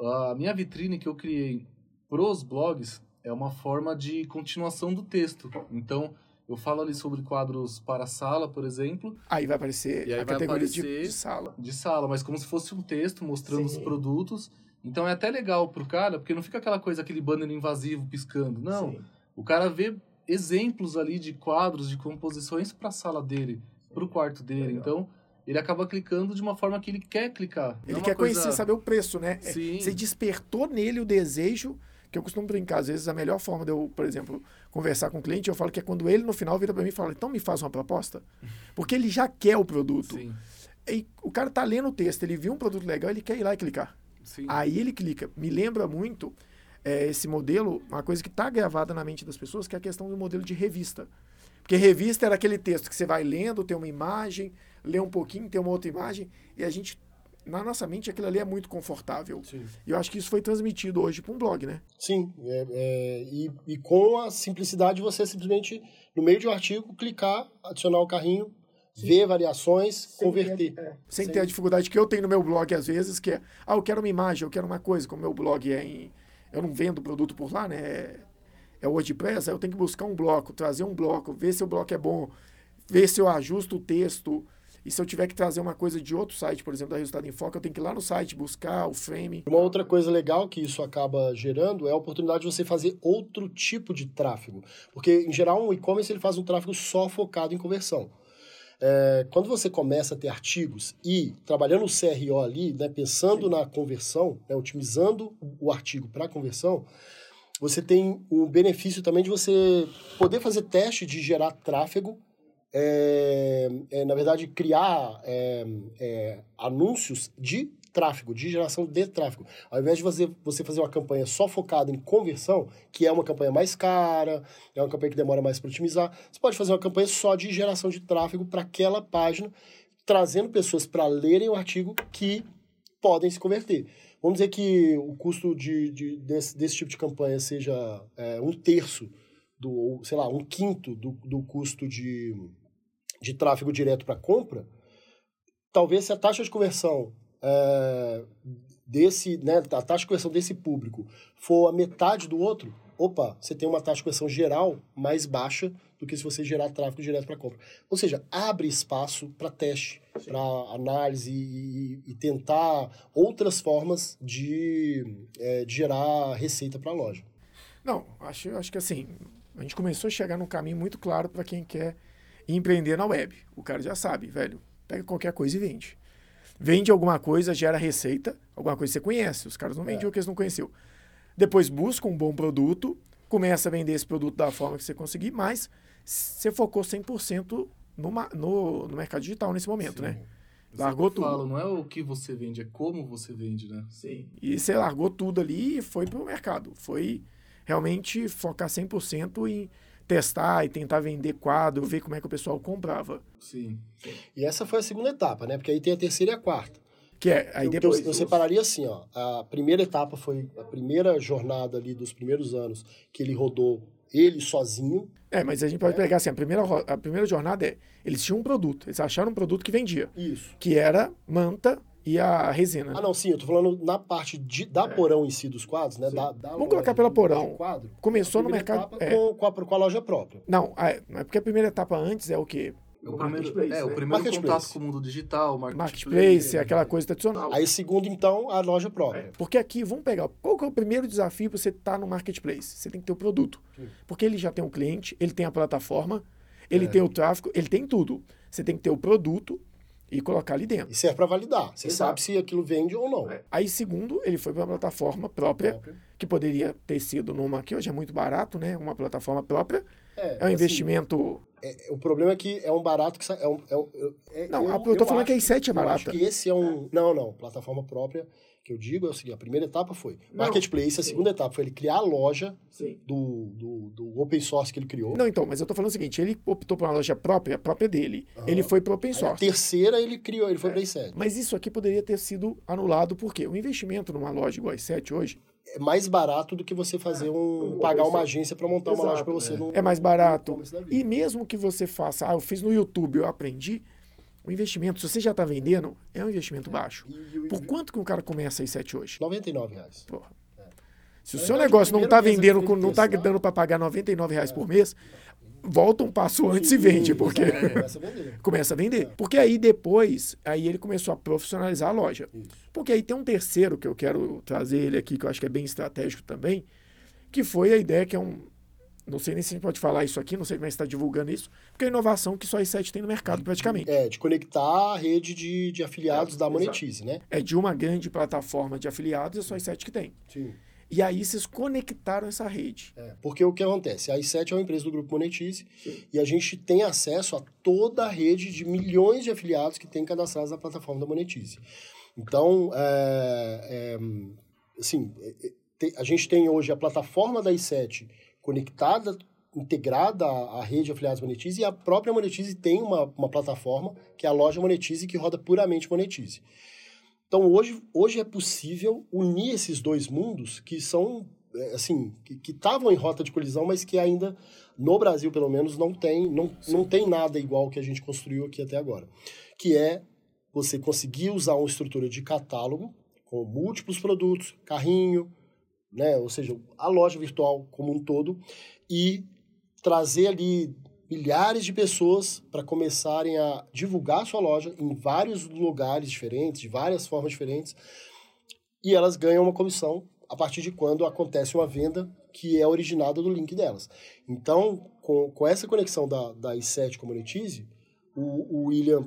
A minha vitrine que eu criei pros blogs é uma forma de continuação do texto. Então, eu falo ali sobre quadros para a sala, por exemplo. Aí vai aparecer e aí a vai categoria aparecer de sala. De sala, mas como se fosse um texto mostrando Sim. os produtos. Então é até legal pro cara, porque não fica aquela coisa, aquele banner invasivo piscando. Não, Sim. o cara vê exemplos ali de quadros, de composições para a sala dele, para o quarto dele. Legal. Então, ele acaba clicando de uma forma que ele quer clicar. Ele quer conhecer, saber o preço, né? Sim. Você despertou nele o desejo, que eu costumo brincar, às vezes a melhor forma de eu, por exemplo, conversar com o cliente, eu falo que é quando ele no final vira para mim e fala, então me faz uma proposta. Porque ele já quer o produto. Sim. E o cara tá lendo o texto, ele viu um produto legal, ele quer ir lá e clicar. Sim. Aí ele clica. Me lembra muito esse modelo, uma coisa que está gravada na mente das pessoas, que é a questão do modelo de revista. Porque revista era aquele texto que você vai lendo, tem uma imagem, lê um pouquinho, tem uma outra imagem, e a gente, na nossa mente, aquilo ali é muito confortável. Sim. E eu acho que isso foi transmitido hoje para um blog, né? Sim, e com a simplicidade de você simplesmente, no meio de um artigo, clicar, adicionar o carrinho, ver variações, converter. Sem ter a dificuldade que eu tenho no meu blog, às vezes, que é, eu quero uma imagem, eu quero uma coisa, como meu blog eu não vendo produto por lá, né? É WordPress, aí eu tenho que buscar um bloco, trazer um bloco, ver se o bloco é bom, ver se eu ajusto o texto. E se eu tiver que trazer uma coisa de outro site, por exemplo, da Resultado em Foco, eu tenho que ir lá no site, buscar o frame. Uma outra coisa legal que isso acaba gerando é a oportunidade de você fazer outro tipo de tráfego. Porque, em geral, um e-commerce ele faz um tráfego só focado em conversão. Quando você começa a ter artigos e trabalhando o CRO ali, né, pensando na conversão, né, otimizando o artigo para conversão, você tem o benefício também de você poder fazer teste de gerar tráfego, na verdade, criar anúncios de tráfego, de geração de tráfego. Ao invés de você fazer uma campanha só focada em conversão, que é uma campanha mais cara, é uma campanha que demora mais para otimizar, você pode fazer uma campanha só de geração de tráfego para aquela página, trazendo pessoas para lerem o artigo que podem se converter. Vamos dizer que o custo desse tipo de campanha seja 1/3 ou sei lá, 1/5 do custo de tráfego direto para compra. Talvez se a taxa de conversão a taxa de conversão desse público for a metade do outro, você tem uma taxa de conversão geral mais baixa do que se você gerar tráfego direto para compra. Ou seja, abre espaço para teste, para análise e tentar outras formas de gerar receita para a loja. Não, acho que assim, a gente começou a chegar num caminho muito claro para quem quer empreender na web. O cara já sabe, velho, pega qualquer coisa e vende. Vende alguma coisa, gera receita, alguma coisa que você conhece. Os caras não vendem o que eles não conheciam. Depois busca um bom produto, começa a vender esse produto da forma que você conseguir, mas você focou 100% no mercado digital nesse momento, Sim. né? Largou tudo. Falo, não é o que você vende, é como você vende, né? Sim. E você largou tudo ali e foi pro mercado. Foi realmente focar 100% em testar e tentar vender quadro, ver como é que o pessoal comprava. Sim. E essa foi a segunda etapa, né? Porque aí tem a terceira e a quarta. Que é, aí depois... Eu separaria assim, ó. A primeira etapa foi a primeira jornada ali dos primeiros anos que ele rodou ele sozinho. Mas a gente pode pegar assim, a primeira jornada eles tinham um produto, eles acharam um produto que vendia. Isso. Que era manta e a resina. Não, sim, eu tô falando na parte da porão em si dos quadros, né? Vamos colocar pela porão. Quadro, começou no mercado... Com a loja própria. Não, é porque a primeira etapa antes é o quê? O primeiro contato com o mundo digital, marketplace, aquela coisa tradicional. Aí segundo, então, a loja própria. Porque aqui, vamos pegar, qual que é o primeiro desafio para você estar no marketplace? Você tem que ter o produto. Porque ele já tem um cliente, ele tem a plataforma, ele tem o tráfego, ele tem tudo. Você tem que ter o produto e colocar ali dentro. E serve para validar. Você sabe se aquilo vende ou não. Aí, segundo, ele foi para uma plataforma própria, que poderia ter sido numa, que hoje é muito barato, né? Uma plataforma própria. É um investimento... O problema é que é um barato que... eu tô falando que a i7 é barata. Eu acho que esse é um... Não. Plataforma própria, que eu digo é o seguinte, a primeira etapa foi marketplace, a segunda etapa foi ele criar a loja do open source que ele criou. Não, então, mas eu tô falando o seguinte, ele optou por uma loja própria, a própria dele. Ele foi pro open source. A terceira ele foi pra i7. Mas isso aqui poderia ter sido anulado, por quê? O investimento numa loja igual a i7 hoje... É mais barato do que você fazer pagar uma agência para montar uma loja para você. É mais barato. E mesmo que você faça, eu fiz no YouTube, eu aprendi, O investimento, se você já está vendendo, é um investimento baixo. Por quanto que um cara começa a I7 hoje? R$99. Porra. Se o seu negócio não está vendendo, não está dando para pagar R$99 por mês, volta um passo antes e vende, porque começa a vender. Porque aí depois, aí ele começou a profissionalizar a loja. Porque aí tem um terceiro que eu quero trazer ele aqui, que eu acho que é bem estratégico também, que foi a ideia que é não sei nem se a gente pode falar isso aqui, não sei como é que está divulgando isso, porque é a inovação que só a i7 tem no mercado praticamente. De conectar a rede de afiliados da Monetize, né? É de uma grande plataforma de afiliados, é só a i7 que tem. Sim. E aí vocês conectaram essa rede. Porque o que acontece? A i7 é uma empresa do Grupo Monetize e a gente tem acesso a toda a rede de milhões de afiliados que tem cadastrados na plataforma da Monetize. Então, a gente tem hoje a plataforma da i7 conectada, integrada à rede de afiliados Monetize, e a própria Monetize tem uma plataforma, que é a loja Monetize, que roda puramente Monetize. Então, hoje é possível unir esses dois mundos que são, que estavam em rota de colisão, mas que ainda, no Brasil, pelo menos, não tem nada igual que a gente construiu aqui até agora. Que é você conseguir usar uma estrutura de catálogo com múltiplos produtos, carrinho, né? Ou seja, a loja virtual como um todo, e trazer ali milhares de pessoas para começarem a divulgar a sua loja em vários lugares diferentes, de várias formas diferentes, e elas ganham uma comissão a partir de quando acontece uma venda que é originada do link delas. Então, com essa conexão da i7 com a Monetize, o William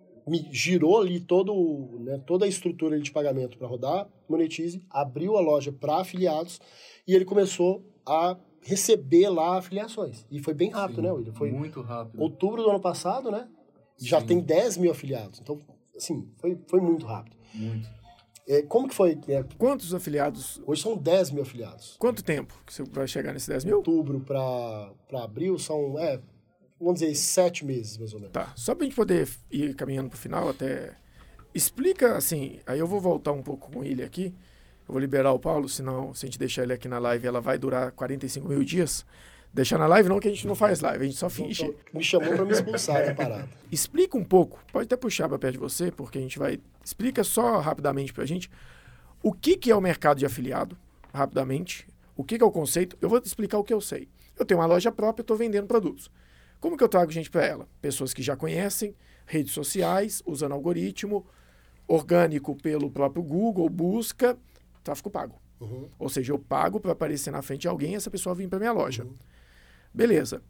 girou ali toda a estrutura de pagamento para rodar Monetize, abriu a loja para afiliados e ele começou a receber lá afiliações. E foi bem rápido, Sim, né, William? Foi muito rápido. Outubro do ano passado, né? Já tem 10 mil afiliados. Então, assim, foi muito rápido. Muito. Como que foi? Quantos afiliados? Hoje são 10 mil afiliados. Quanto tempo que você vai chegar nesses 10 mil? Outubro para abril são, vamos dizer, 7 meses, mais ou menos. Tá, só pra gente poder ir caminhando pro final, até explica assim, aí eu vou voltar um pouco com ele aqui, eu vou liberar o Paulo, senão se a gente deixar ele aqui na live, ela vai durar 45 mil dias. Deixar na live não, que a gente não faz live, a gente só finge. Me chamou para me expulsar da parada. Explica um pouco, pode até puxar para perto de você, porque a gente vai... Explica só rapidamente pra gente o que é o mercado de afiliado, rapidamente, o que é o conceito. Eu vou te explicar o que eu sei. Eu tenho uma loja própria, eu estou vendendo produtos. Como que eu trago gente para ela? Pessoas que já conhecem, redes sociais, usando algoritmo, orgânico pelo próprio Google, busca, tráfego pago. Uhum. Ou seja, eu pago para aparecer na frente de alguém e essa pessoa vir para minha loja. Uhum. Beleza.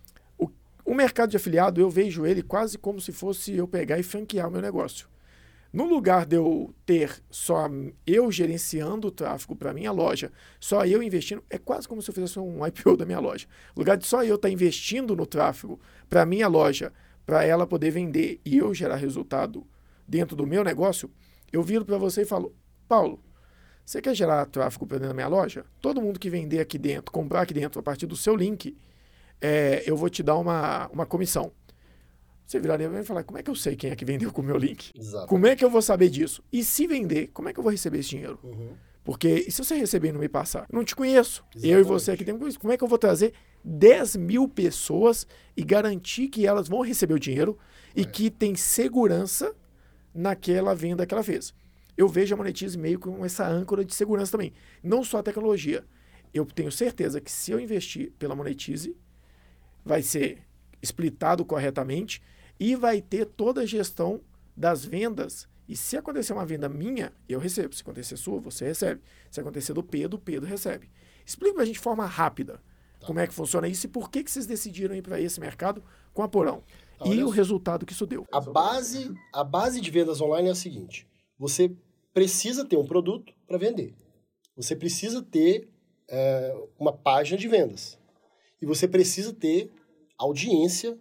O mercado de afiliado, eu vejo ele quase como se fosse eu pegar e franquear o meu negócio. No lugar de eu ter só eu gerenciando o tráfego para minha loja, só eu investindo, é quase como se eu fizesse um IPO da minha loja. No lugar de só eu estar investindo no tráfego para minha loja, para ela poder vender e eu gerar resultado dentro do meu negócio, eu viro para você e falo, Paulo, você quer gerar tráfego para dentro da minha loja? Todo mundo que vender aqui dentro, comprar aqui dentro a partir do seu link, eu vou te dar uma comissão. Você viraria e falar, como é que eu sei quem é que vendeu com o meu link? Exato. Como é que eu vou saber disso? E se vender, como é que eu vou receber esse dinheiro? Uhum. Porque, e se você receber e não me passar? Eu não te conheço. Exatamente. Eu e você aqui temos isso. Como é que eu vou trazer 10 mil pessoas e garantir que elas vão receber o dinheiro e que tem segurança naquela venda que ela fez? Eu vejo a Monetize meio com essa âncora de segurança também. Não só a tecnologia. Eu tenho certeza que se eu investir pela Monetize, vai ser splitado corretamente e vai ter toda a gestão das vendas. E se acontecer uma venda minha, eu recebo. Se acontecer sua, você recebe. Se acontecer do Pedro, o Pedro recebe. Explica pra gente de forma rápida como é que funciona isso e por que vocês decidiram ir para esse mercado com a Porão. E o resultado que isso deu. A base de vendas online é a seguinte. Você precisa ter um produto para vender. Você precisa ter uma página de vendas. E você precisa ter audiência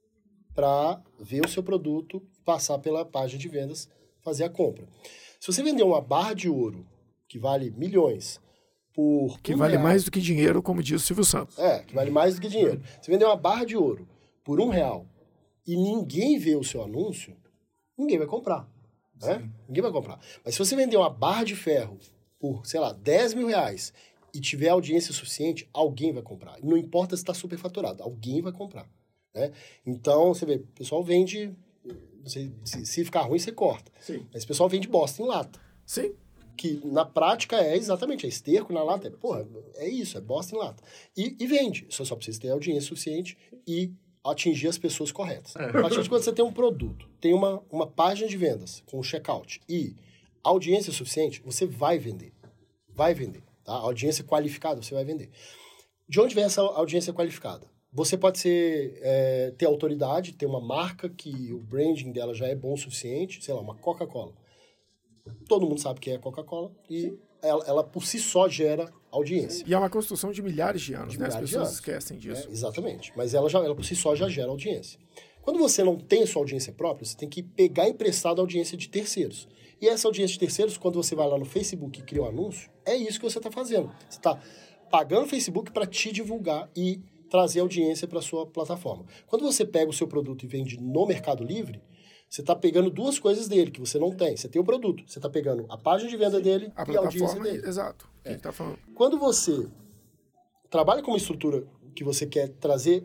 para ver o seu produto, passar pela página de vendas, fazer a compra. Se você vender uma barra de ouro, que vale milhões, que vale mais do que dinheiro, como diz o Silvio Santos. Que vale mais do que dinheiro. Se vender uma barra de ouro por R$1 e ninguém vê o seu anúncio, ninguém vai comprar. Né? Ninguém vai comprar. Mas se você vender uma barra de ferro por, sei lá, R$10 mil e tiver audiência suficiente, alguém vai comprar. Não importa se está superfaturado, alguém vai comprar. Né? Então, você vê, o pessoal vende Não sei, se ficar ruim, você corta. Sim. Mas o pessoal vende bosta em lata. Sim. Que na prática é exatamente, é esterco na lata. É isso, é bosta em lata. E vende. Você só precisa ter audiência suficiente e atingir as pessoas corretas. A partir de quando você tem um produto, tem uma página de vendas com checkout e audiência suficiente, você vai vender. Vai vender. Tá? Audiência qualificada, você vai vender. De onde vem essa audiência qualificada? Você pode ter autoridade, ter uma marca que o branding dela já é bom o suficiente, sei lá, uma Coca-Cola. Todo mundo sabe que é Coca-Cola e ela por si só gera audiência. E é uma construção de milhares de anos, né? As pessoas esquecem É, disso. exatamente. Mas ela por si só já gera audiência. Quando você não tem sua audiência própria, você tem que pegar emprestado a audiência de terceiros. E essa audiência de terceiros, quando você vai lá no Facebook e cria um anúncio, é isso que você está fazendo. Você está pagando o Facebook para te divulgar e trazer audiência para sua plataforma. Quando você pega o seu produto e vende no Mercado Livre, você está pegando duas coisas dele que você não tem. Você tem o produto, você está pegando a página de venda dele A e a audiência plataforma, dele. exato. Quem tá falando? Quando você trabalha com uma estrutura que você quer trazer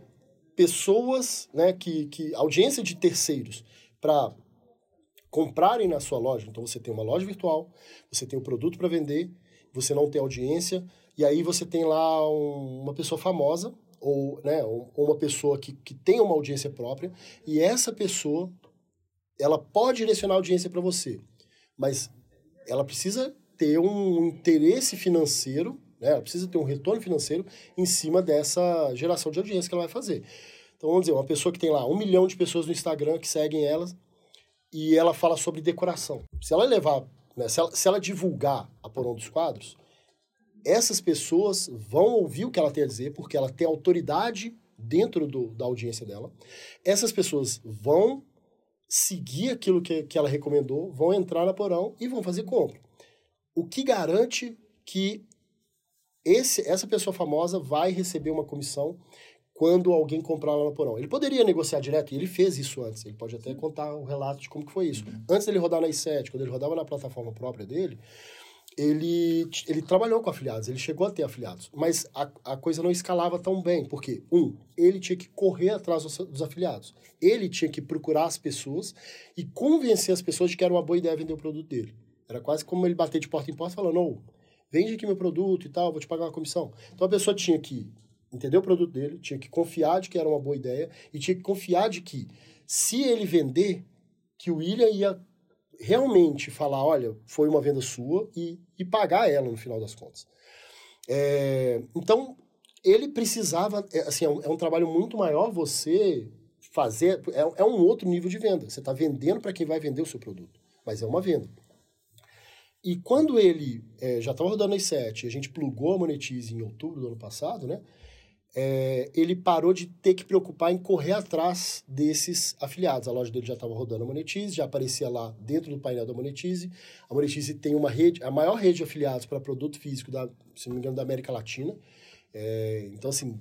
pessoas, né, que audiência de terceiros para comprarem na sua loja, então você tem uma loja virtual, você tem o produto para vender, você não tem audiência, e aí você tem lá uma pessoa famosa, ou, né, uma pessoa que tem uma audiência própria, e essa pessoa, ela pode direcionar a audiência para você, mas ela precisa ter um interesse financeiro, né, ela precisa ter um retorno financeiro em cima dessa geração de audiência que ela vai fazer. Então, vamos dizer, uma pessoa que tem lá 1 milhão de pessoas no Instagram que seguem elas, e ela fala sobre decoração. Se ela levar, né, se ela divulgar a Porão dos Quadros, essas pessoas vão ouvir o que ela tem a dizer, porque ela tem autoridade dentro da audiência dela. Essas pessoas vão seguir aquilo que ela recomendou, vão entrar na Porão e vão fazer compra. O que garante que essa pessoa famosa vai receber uma comissão quando alguém comprar lá no Porão? Ele poderia negociar direto, e ele fez isso antes. Ele pode até contar um relato de como que foi isso. Antes dele rodar na i7, quando ele rodava na plataforma própria dele, ele trabalhou com afiliados, ele chegou a ter afiliados, mas a coisa não escalava tão bem, porque, ele tinha que correr atrás dos afiliados, ele tinha que procurar as pessoas e convencer as pessoas de que era uma boa ideia vender o produto dele. Era quase como ele bater de porta em porta falando, vende aqui meu produto e tal, vou te pagar uma comissão. Então a pessoa tinha que entender o produto dele, tinha que confiar de que era uma boa ideia e tinha que confiar de que, se ele vender, que o William ia realmente falar, olha, foi uma venda sua e pagar ela no final das contas. Então, ele precisava, assim, é um trabalho muito maior você fazer, é um outro nível de venda. Você está vendendo para quem vai vender o seu produto, mas é uma venda. E quando ele já estava rodando as 7, a gente plugou a Monetize em outubro do ano passado, né? Ele parou de ter que preocupar em correr atrás desses afiliados. A loja dele já estava rodando a Monetize, já aparecia lá dentro do painel da Monetize. A Monetize tem uma rede, a maior rede de afiliados para produto físico, se não me engano, da América Latina. Então, assim,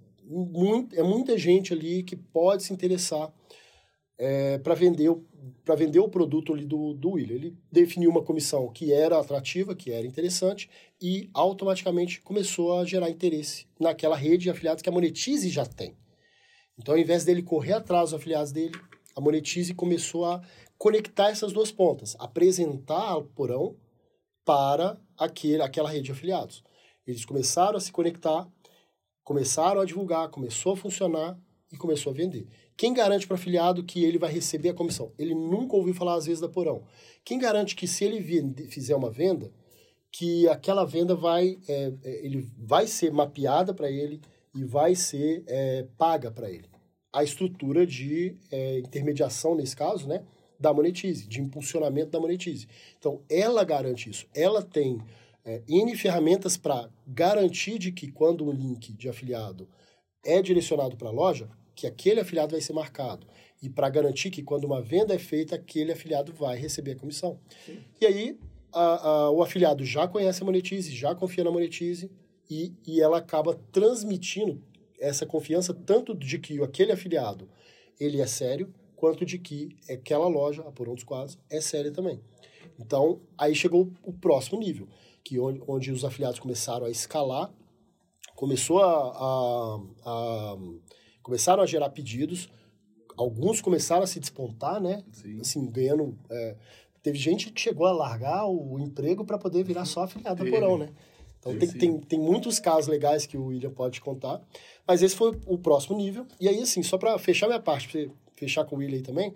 muita gente ali que pode se interessar para vender o produto ali do William. Ele definiu uma comissão que era atrativa, que era interessante, e automaticamente começou a gerar interesse naquela rede de afiliados que a Monetize já tem. Então, ao invés dele correr atrás dos afiliados dele, a Monetize começou a conectar essas duas pontas, apresentar o Porão para aquela rede de afiliados. Eles começaram a se conectar, começaram a divulgar, começou a funcionar e começou a vender. Quem garante para o afiliado que ele vai receber a comissão? Ele nunca ouviu falar, às vezes, da Porão. Quem garante que, se ele fizer uma venda, que aquela venda ele vai ser mapeada para ele e vai ser paga para ele? A estrutura de intermediação, nesse caso, né, da Monetize, de impulsionamento da Monetize. Então, ela garante isso. Ela tem N ferramentas para garantir de que, quando um link de afiliado é direcionado para a loja, que aquele afiliado vai ser marcado. E para garantir que, quando uma venda é feita, aquele afiliado vai receber a comissão. Sim. E aí, o afiliado já conhece a Monetize, já confia na Monetize, e ela acaba transmitindo essa confiança, tanto de que aquele afiliado ele é sério, quanto de que aquela loja, a Porão dos Quadros, é séria também. Então, aí chegou o próximo nível, que onde os afiliados começaram a escalar, começaram a gerar pedidos, alguns começaram a se despontar, né? Sim. Assim, ganhando... teve gente que chegou a largar o emprego para poder virar só afiliado da Porão, né? Então, tem muitos casos legais que o William pode contar. Mas esse foi o próximo nível. E aí, assim, só para fechar minha parte, pra você fechar com o William aí também,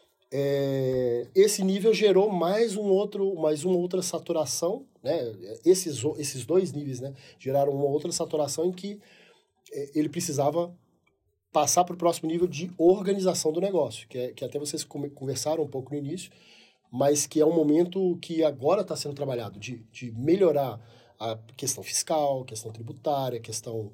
esse nível gerou mais uma outra saturação, né? Esses dois níveis, né? Geraram uma outra saturação em que ele precisava passar para o próximo nível de organização do negócio, que até vocês conversaram um pouco no início, mas que é um momento que agora está sendo trabalhado, de melhorar a questão fiscal, questão tributária, questão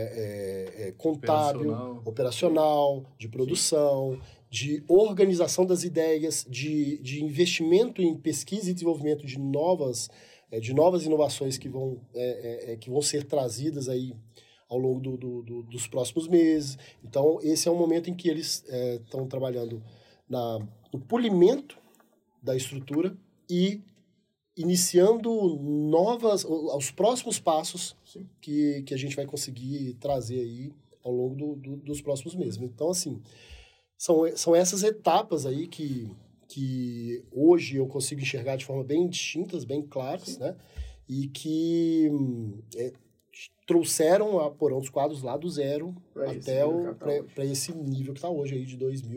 contábil, operacional, de produção, sim, de organização das ideias, de investimento em pesquisa e desenvolvimento de novas inovações que vão ser trazidas aí ao longo dos próximos meses. Então, esse é um momento em que eles estão trabalhando no polimento da estrutura e iniciando os próximos passos que a gente vai conseguir trazer aí ao longo dos próximos meses. Então, assim, são essas etapas aí que hoje eu consigo enxergar de forma bem distintas, bem claras, né? E que trouxeram a Porão dos Quadros lá do zero para esse nível que está hoje aí de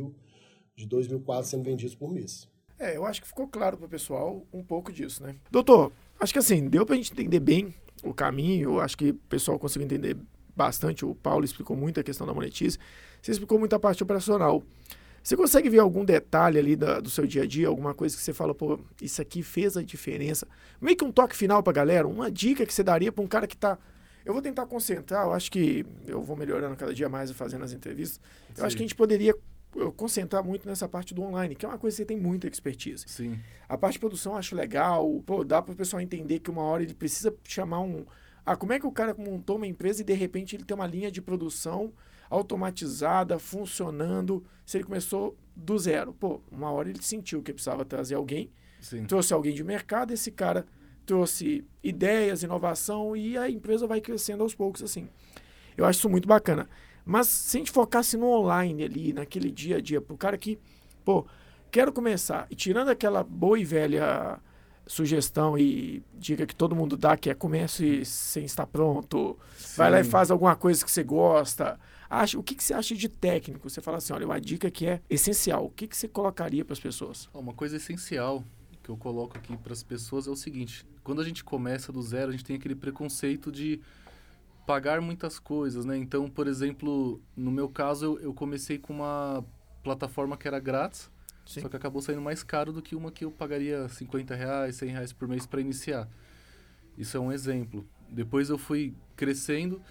2.000 quadros sendo vendidos por mês. Eu acho que ficou claro para o pessoal um pouco disso, né? Doutor, acho que assim, deu para a gente entender bem o caminho, acho que o pessoal conseguiu entender bastante, o Paulo explicou muito a questão da Monetize, você explicou muito a parte operacional. Você consegue ver algum detalhe ali do seu dia a dia, alguma coisa que você fala, pô, isso aqui fez a diferença? Meio que um toque final pra galera, uma dica que você daria para um cara que tá... Eu vou tentar concentrar, eu acho que eu vou melhorando cada dia mais fazendo as entrevistas. Eu acho que a gente poderia concentrar muito nessa parte do online, que é uma coisa que você tem muita expertise. Sim. A parte de produção eu acho legal, pô, dá para o pessoal entender que uma hora ele precisa chamar como é que o cara montou uma empresa e de repente ele tem uma linha de produção automatizada, funcionando, se ele começou do zero. Pô, uma hora ele sentiu que precisava trazer alguém, sim, trouxe alguém de mercado, esse cara trouxe ideias, inovação e a empresa vai crescendo aos poucos, assim. Eu acho isso muito bacana. Mas se a gente focasse no online ali, naquele dia a dia, pro cara que, pô, quero começar, e tirando aquela boa e velha sugestão e dica que todo mundo dá, que é comece sem estar pronto, sim, vai lá e faz alguma coisa que você gosta. O que você acha de técnico? Você fala assim, olha, uma dica que é essencial. O que você colocaria para as pessoas? Uma coisa essencial que eu coloco aqui para as pessoas é o seguinte, quando a gente começa do zero, a gente tem aquele preconceito de pagar muitas coisas, né? Então, por exemplo, no meu caso, eu comecei com uma plataforma que era grátis, sim, só que acabou saindo mais caro do que uma que eu pagaria R$50, R$100 por mês para iniciar. Isso é um exemplo. Depois eu fui crescendo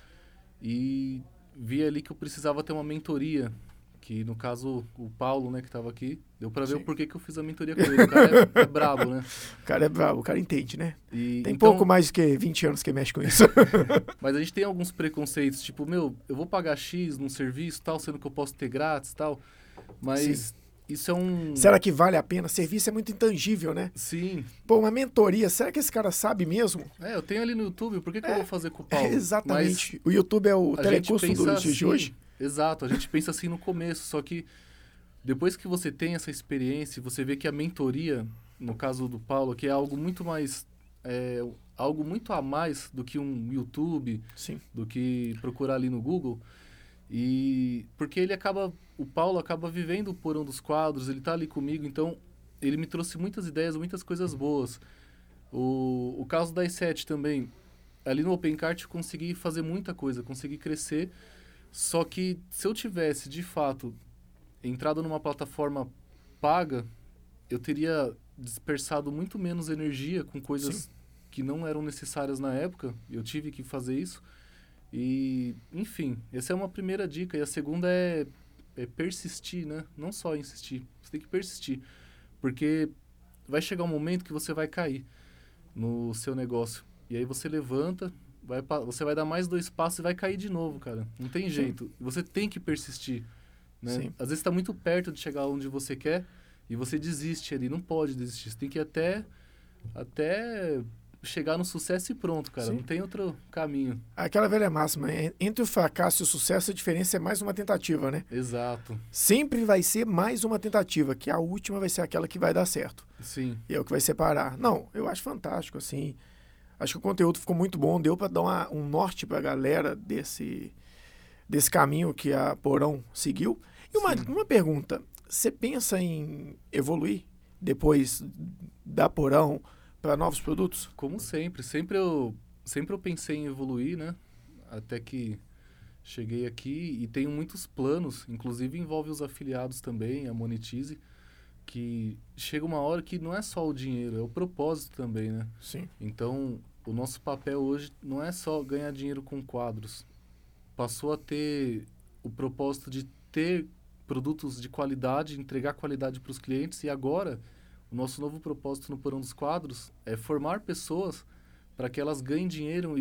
e vi ali que eu precisava ter uma mentoria, que no caso o Paulo, né, que estava aqui, deu para ver o porquê que eu fiz a mentoria com ele. O cara é brabo, né? O cara é brabo, o cara entende, né? Tem então, pouco mais do que 20 anos que mexe com isso. Mas a gente tem alguns preconceitos, tipo, eu vou pagar X num serviço, tal, sendo que eu posso ter grátis, tal, mas... Sim. Isso é Será que vale a pena? Serviço é muito intangível, né? Sim. Pô, uma mentoria, será que esse cara sabe mesmo? Eu tenho ali no YouTube, por que eu vou fazer com o Paulo? Exatamente. O YouTube é o telecusto dos dias de hoje. Exato, a gente pensa assim no começo, só que depois que você tem essa experiência, você vê que a mentoria, no caso do Paulo, que é algo muito mais... algo muito a mais do que um YouTube, sim, do que procurar ali no Google. E porque o Paulo acaba vivendo o Porão dos Quadros, ele tá ali comigo, então ele me trouxe muitas ideias, muitas coisas boas. O caso da i7 também, ali no OpenCart eu consegui fazer muita coisa, consegui crescer, só que se eu tivesse, de fato, entrado numa plataforma paga, eu teria dispersado muito menos energia com coisas, sim, que não eram necessárias na época, eu tive que fazer isso. E, enfim, essa é uma primeira dica. E a segunda é persistir, né? Não só insistir, você tem que persistir. Porque vai chegar um momento que você vai cair no seu negócio. E aí você levanta, você vai dar mais 2 passos e vai cair de novo, cara. Não tem jeito. Sim. Você tem que persistir, né? Sim. Às vezes está muito perto de chegar onde você quer e você desiste ali. Não pode desistir. Você tem que ir até chegar no sucesso e pronto, cara. Sim. Não tem outro caminho. Aquela velha máxima, entre o fracasso e o sucesso, a diferença é mais uma tentativa, né? Exato. Sempre vai ser mais uma tentativa, que a última vai ser aquela que vai dar certo. Sim. E é o que vai separar. Não, eu acho fantástico, assim. Acho que o conteúdo ficou muito bom, deu para dar um norte para a galera desse caminho que a Porão seguiu. E uma pergunta, você pensa em evoluir depois da Porão para novos produtos? Como sempre. Sempre eu pensei em evoluir, né? Até que cheguei aqui e tenho muitos planos, inclusive envolve os afiliados também, a Monetize, que chega uma hora que não é só o dinheiro, é o propósito também, né? Sim. Então, o nosso papel hoje não é só ganhar dinheiro com quadros. Passou a ter o propósito de ter produtos de qualidade, entregar qualidade para os clientes, e agora o nosso novo propósito no Porão dos Quadros é formar pessoas para que elas ganhem dinheiro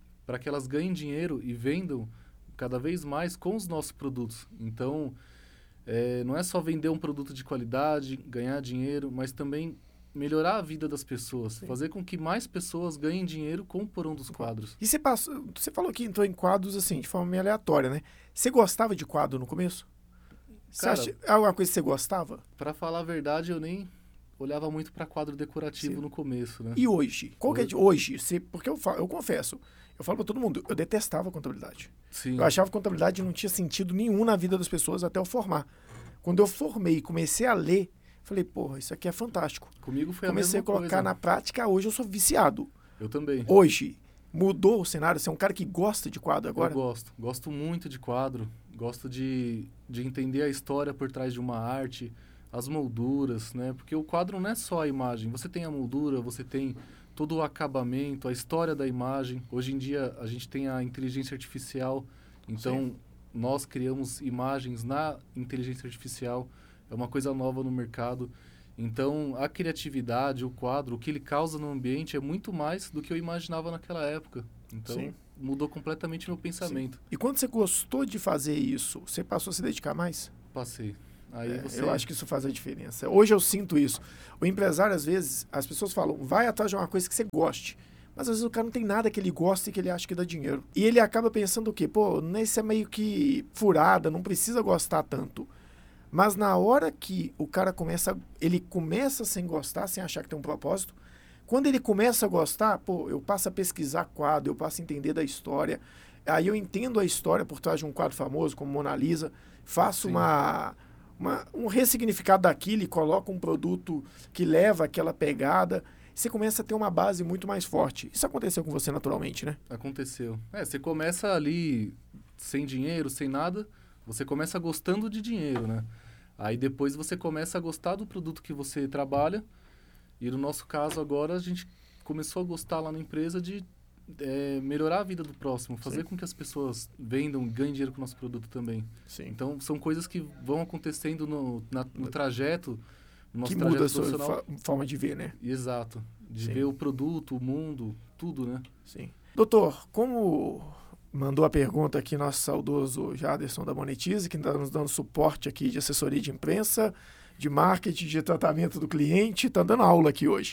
e vendam cada vez mais com os nossos produtos. Então, não é só vender um produto de qualidade, ganhar dinheiro, mas também melhorar a vida das pessoas, Sim. fazer com que mais pessoas ganhem dinheiro com o Porão dos Quadros. E você falou que entrou em quadros assim, de forma meio aleatória, né? Você gostava de quadro no começo? Você Cara, acha alguma coisa que você gostava? Para falar a verdade, eu nem olhava muito para quadro decorativo Sim. no começo, né? E hoje? Qual que é de hoje? Porque eu confesso, eu falo pra todo mundo, eu detestava contabilidade. Sim. Eu achava que contabilidade não tinha sentido nenhum na vida das pessoas até eu formar. Quando eu formei e comecei a ler, falei, porra, isso aqui é fantástico. Comigo foi Comecei a a mesma colocar coisa. na prática, hoje eu sou viciado. Eu também. Hoje, mudou o cenário? Você é um cara que gosta de quadro agora? Eu gosto muito de quadro, gosto de entender a história por trás de uma arte, as molduras, né? Porque o quadro não é só a imagem, você tem a moldura, você tem todo o acabamento, a história da imagem. Hoje em dia a gente tem a inteligência artificial, então nós criamos imagens na inteligência artificial, é uma coisa nova no mercado. Então, a criatividade, o quadro, o que ele causa no ambiente é muito mais do que eu imaginava naquela época. Então, Sim. mudou completamente meu pensamento. E quando você gostou de fazer isso, você passou a se dedicar mais? Passei. Aí você... Eu acho que isso faz a diferença. Hoje eu sinto isso. O empresário, às vezes, as pessoas falam, vai atrás de uma coisa que você goste. Mas às vezes o cara não tem nada que ele gosta e que ele acha que dá dinheiro. E ele acaba pensando o quê? Pô, isso é meio que furada, não precisa gostar tanto. Mas na hora que o cara ele começa sem gostar, sem achar que tem um propósito, quando ele começa a gostar, pô, eu passo a pesquisar quadro, eu passo a entender da história, aí eu entendo a história por trás de um quadro famoso como Mona Lisa, faço um ressignificado daquilo e coloco um produto que leva aquela pegada, você começa a ter uma base muito mais forte. Isso aconteceu com você naturalmente, né? Aconteceu. Você começa ali sem dinheiro, sem nada, você começa gostando de dinheiro, né? Aí depois você começa a gostar do produto que você trabalha. E no nosso caso agora a gente começou a gostar lá na empresa de melhorar a vida do próximo. Fazer com que as pessoas vendam, ganhem dinheiro com o nosso produto também. Sim. Então são coisas que vão acontecendo no trajeto, no nosso que trajeto muda a sua profissional. forma de ver, né? Exato. De Sim. ver o produto, o mundo, tudo, né? Sim. Doutor, como mandou a pergunta aqui nosso saudoso Jaderson da Monetize, que está nos dando suporte aqui de assessoria de imprensa, de marketing, de tratamento do cliente, está dando aula aqui hoje.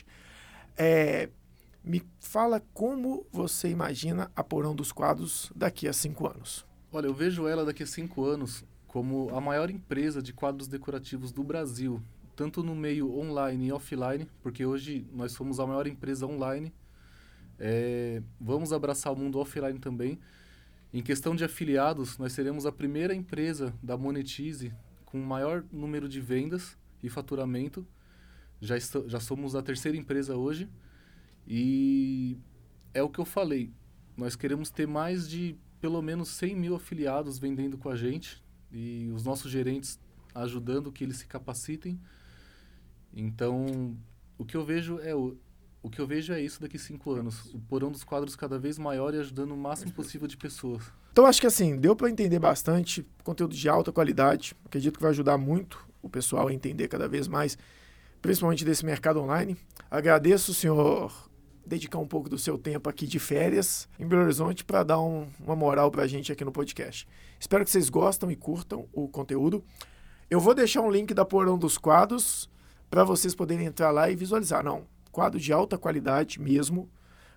Me fala como você imagina a Porão dos Quadros daqui a 5 anos. Olha, eu vejo ela daqui a 5 anos como a maior empresa de quadros decorativos do Brasil, tanto no meio online e offline, porque hoje nós somos a maior empresa online. Vamos abraçar o mundo offline também. Em questão de afiliados, nós seremos a primeira empresa da Monetize com o maior número de vendas e faturamento. Já somos a terceira empresa hoje. E é o que eu falei. Nós queremos ter mais de pelo menos 100 mil afiliados vendendo com a gente. E os nossos gerentes ajudando que eles se capacitem. Então, o que eu vejo é isso daqui a 5 anos. O Porão dos Quadros cada vez maior e ajudando o máximo possível de pessoas. Então, acho que assim, deu para entender bastante. Conteúdo de alta qualidade. Acredito que vai ajudar muito o pessoal a entender cada vez mais, principalmente desse mercado online. Agradeço o senhor dedicar um pouco do seu tempo aqui de férias em Belo Horizonte para dar uma moral para a gente aqui no podcast. Espero que vocês gostam e curtam o conteúdo. Eu vou deixar um link da Porão dos Quadros para vocês poderem entrar lá e visualizar. Não, quadro de alta qualidade mesmo.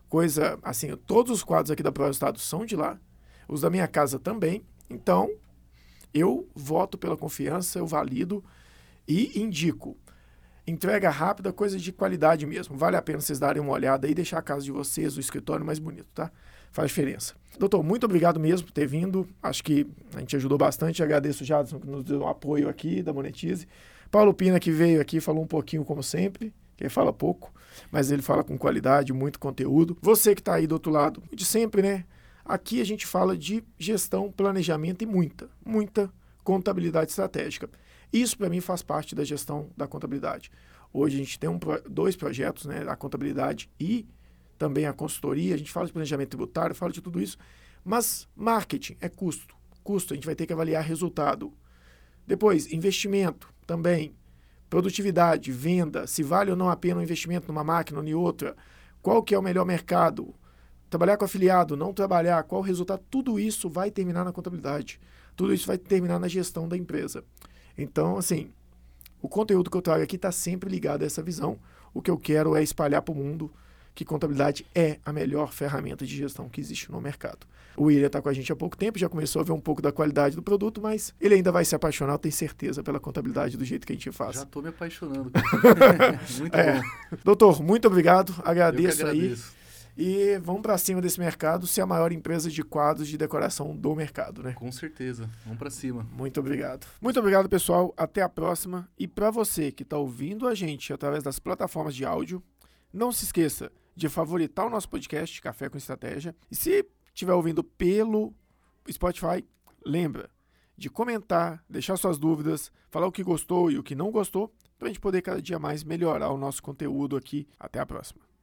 coisa, assim, todos os quadros aqui da ProResultado são de lá, os da minha casa também, então eu voto pela confiança, eu valido e indico. Entrega rápida, coisa de qualidade mesmo. Vale a pena vocês darem uma olhada e deixar a casa de vocês, o escritório mais bonito, tá? Faz diferença. Doutor, muito obrigado mesmo por ter vindo. Acho que a gente ajudou bastante. Agradeço o Jadson que nos deu um apoio aqui da Monetize. Paulo Pina que veio aqui, falou um pouquinho como sempre. Ele fala pouco, mas ele fala com qualidade, muito conteúdo. Você que está aí do outro lado, de sempre, né? Aqui a gente fala de gestão, planejamento e muita contabilidade estratégica. Isso, para mim, faz parte da gestão da contabilidade. Hoje a gente tem dois projetos, né? A contabilidade e também a consultoria. A gente fala de planejamento tributário, fala de tudo isso. Mas marketing é custo. Custo, a gente vai ter que avaliar resultado. Depois, investimento também. Produtividade, venda, se vale ou não a pena um investimento numa máquina ou em outra. Qual que é o melhor mercado? Trabalhar com afiliado, não trabalhar, qual o resultado? Tudo isso vai terminar na contabilidade. Tudo isso vai terminar na gestão da empresa. Então, assim, o conteúdo que eu trago aqui está sempre ligado a essa visão. O que eu quero é espalhar para o mundo que contabilidade é a melhor ferramenta de gestão que existe no mercado. O William está com a gente há pouco tempo, já começou a ver um pouco da qualidade do produto, mas ele ainda vai se apaixonar, eu tenho certeza, pela contabilidade do jeito que a gente faz. Já estou me apaixonando. Muito bom. Doutor, muito obrigado, agradeço Eu que agradeço. Aí. E vamos para cima desse mercado, ser a maior empresa de quadros de decoração do mercado, né? Com certeza. Vamos para cima. Muito obrigado. Muito obrigado, pessoal. Até a próxima. E para você que está ouvindo a gente através das plataformas de áudio, não se esqueça de favoritar o nosso podcast Café com Estratégia. E se estiver ouvindo pelo Spotify, lembra de comentar, deixar suas dúvidas, falar o que gostou e o que não gostou, para a gente poder cada dia mais melhorar o nosso conteúdo aqui. Até a próxima.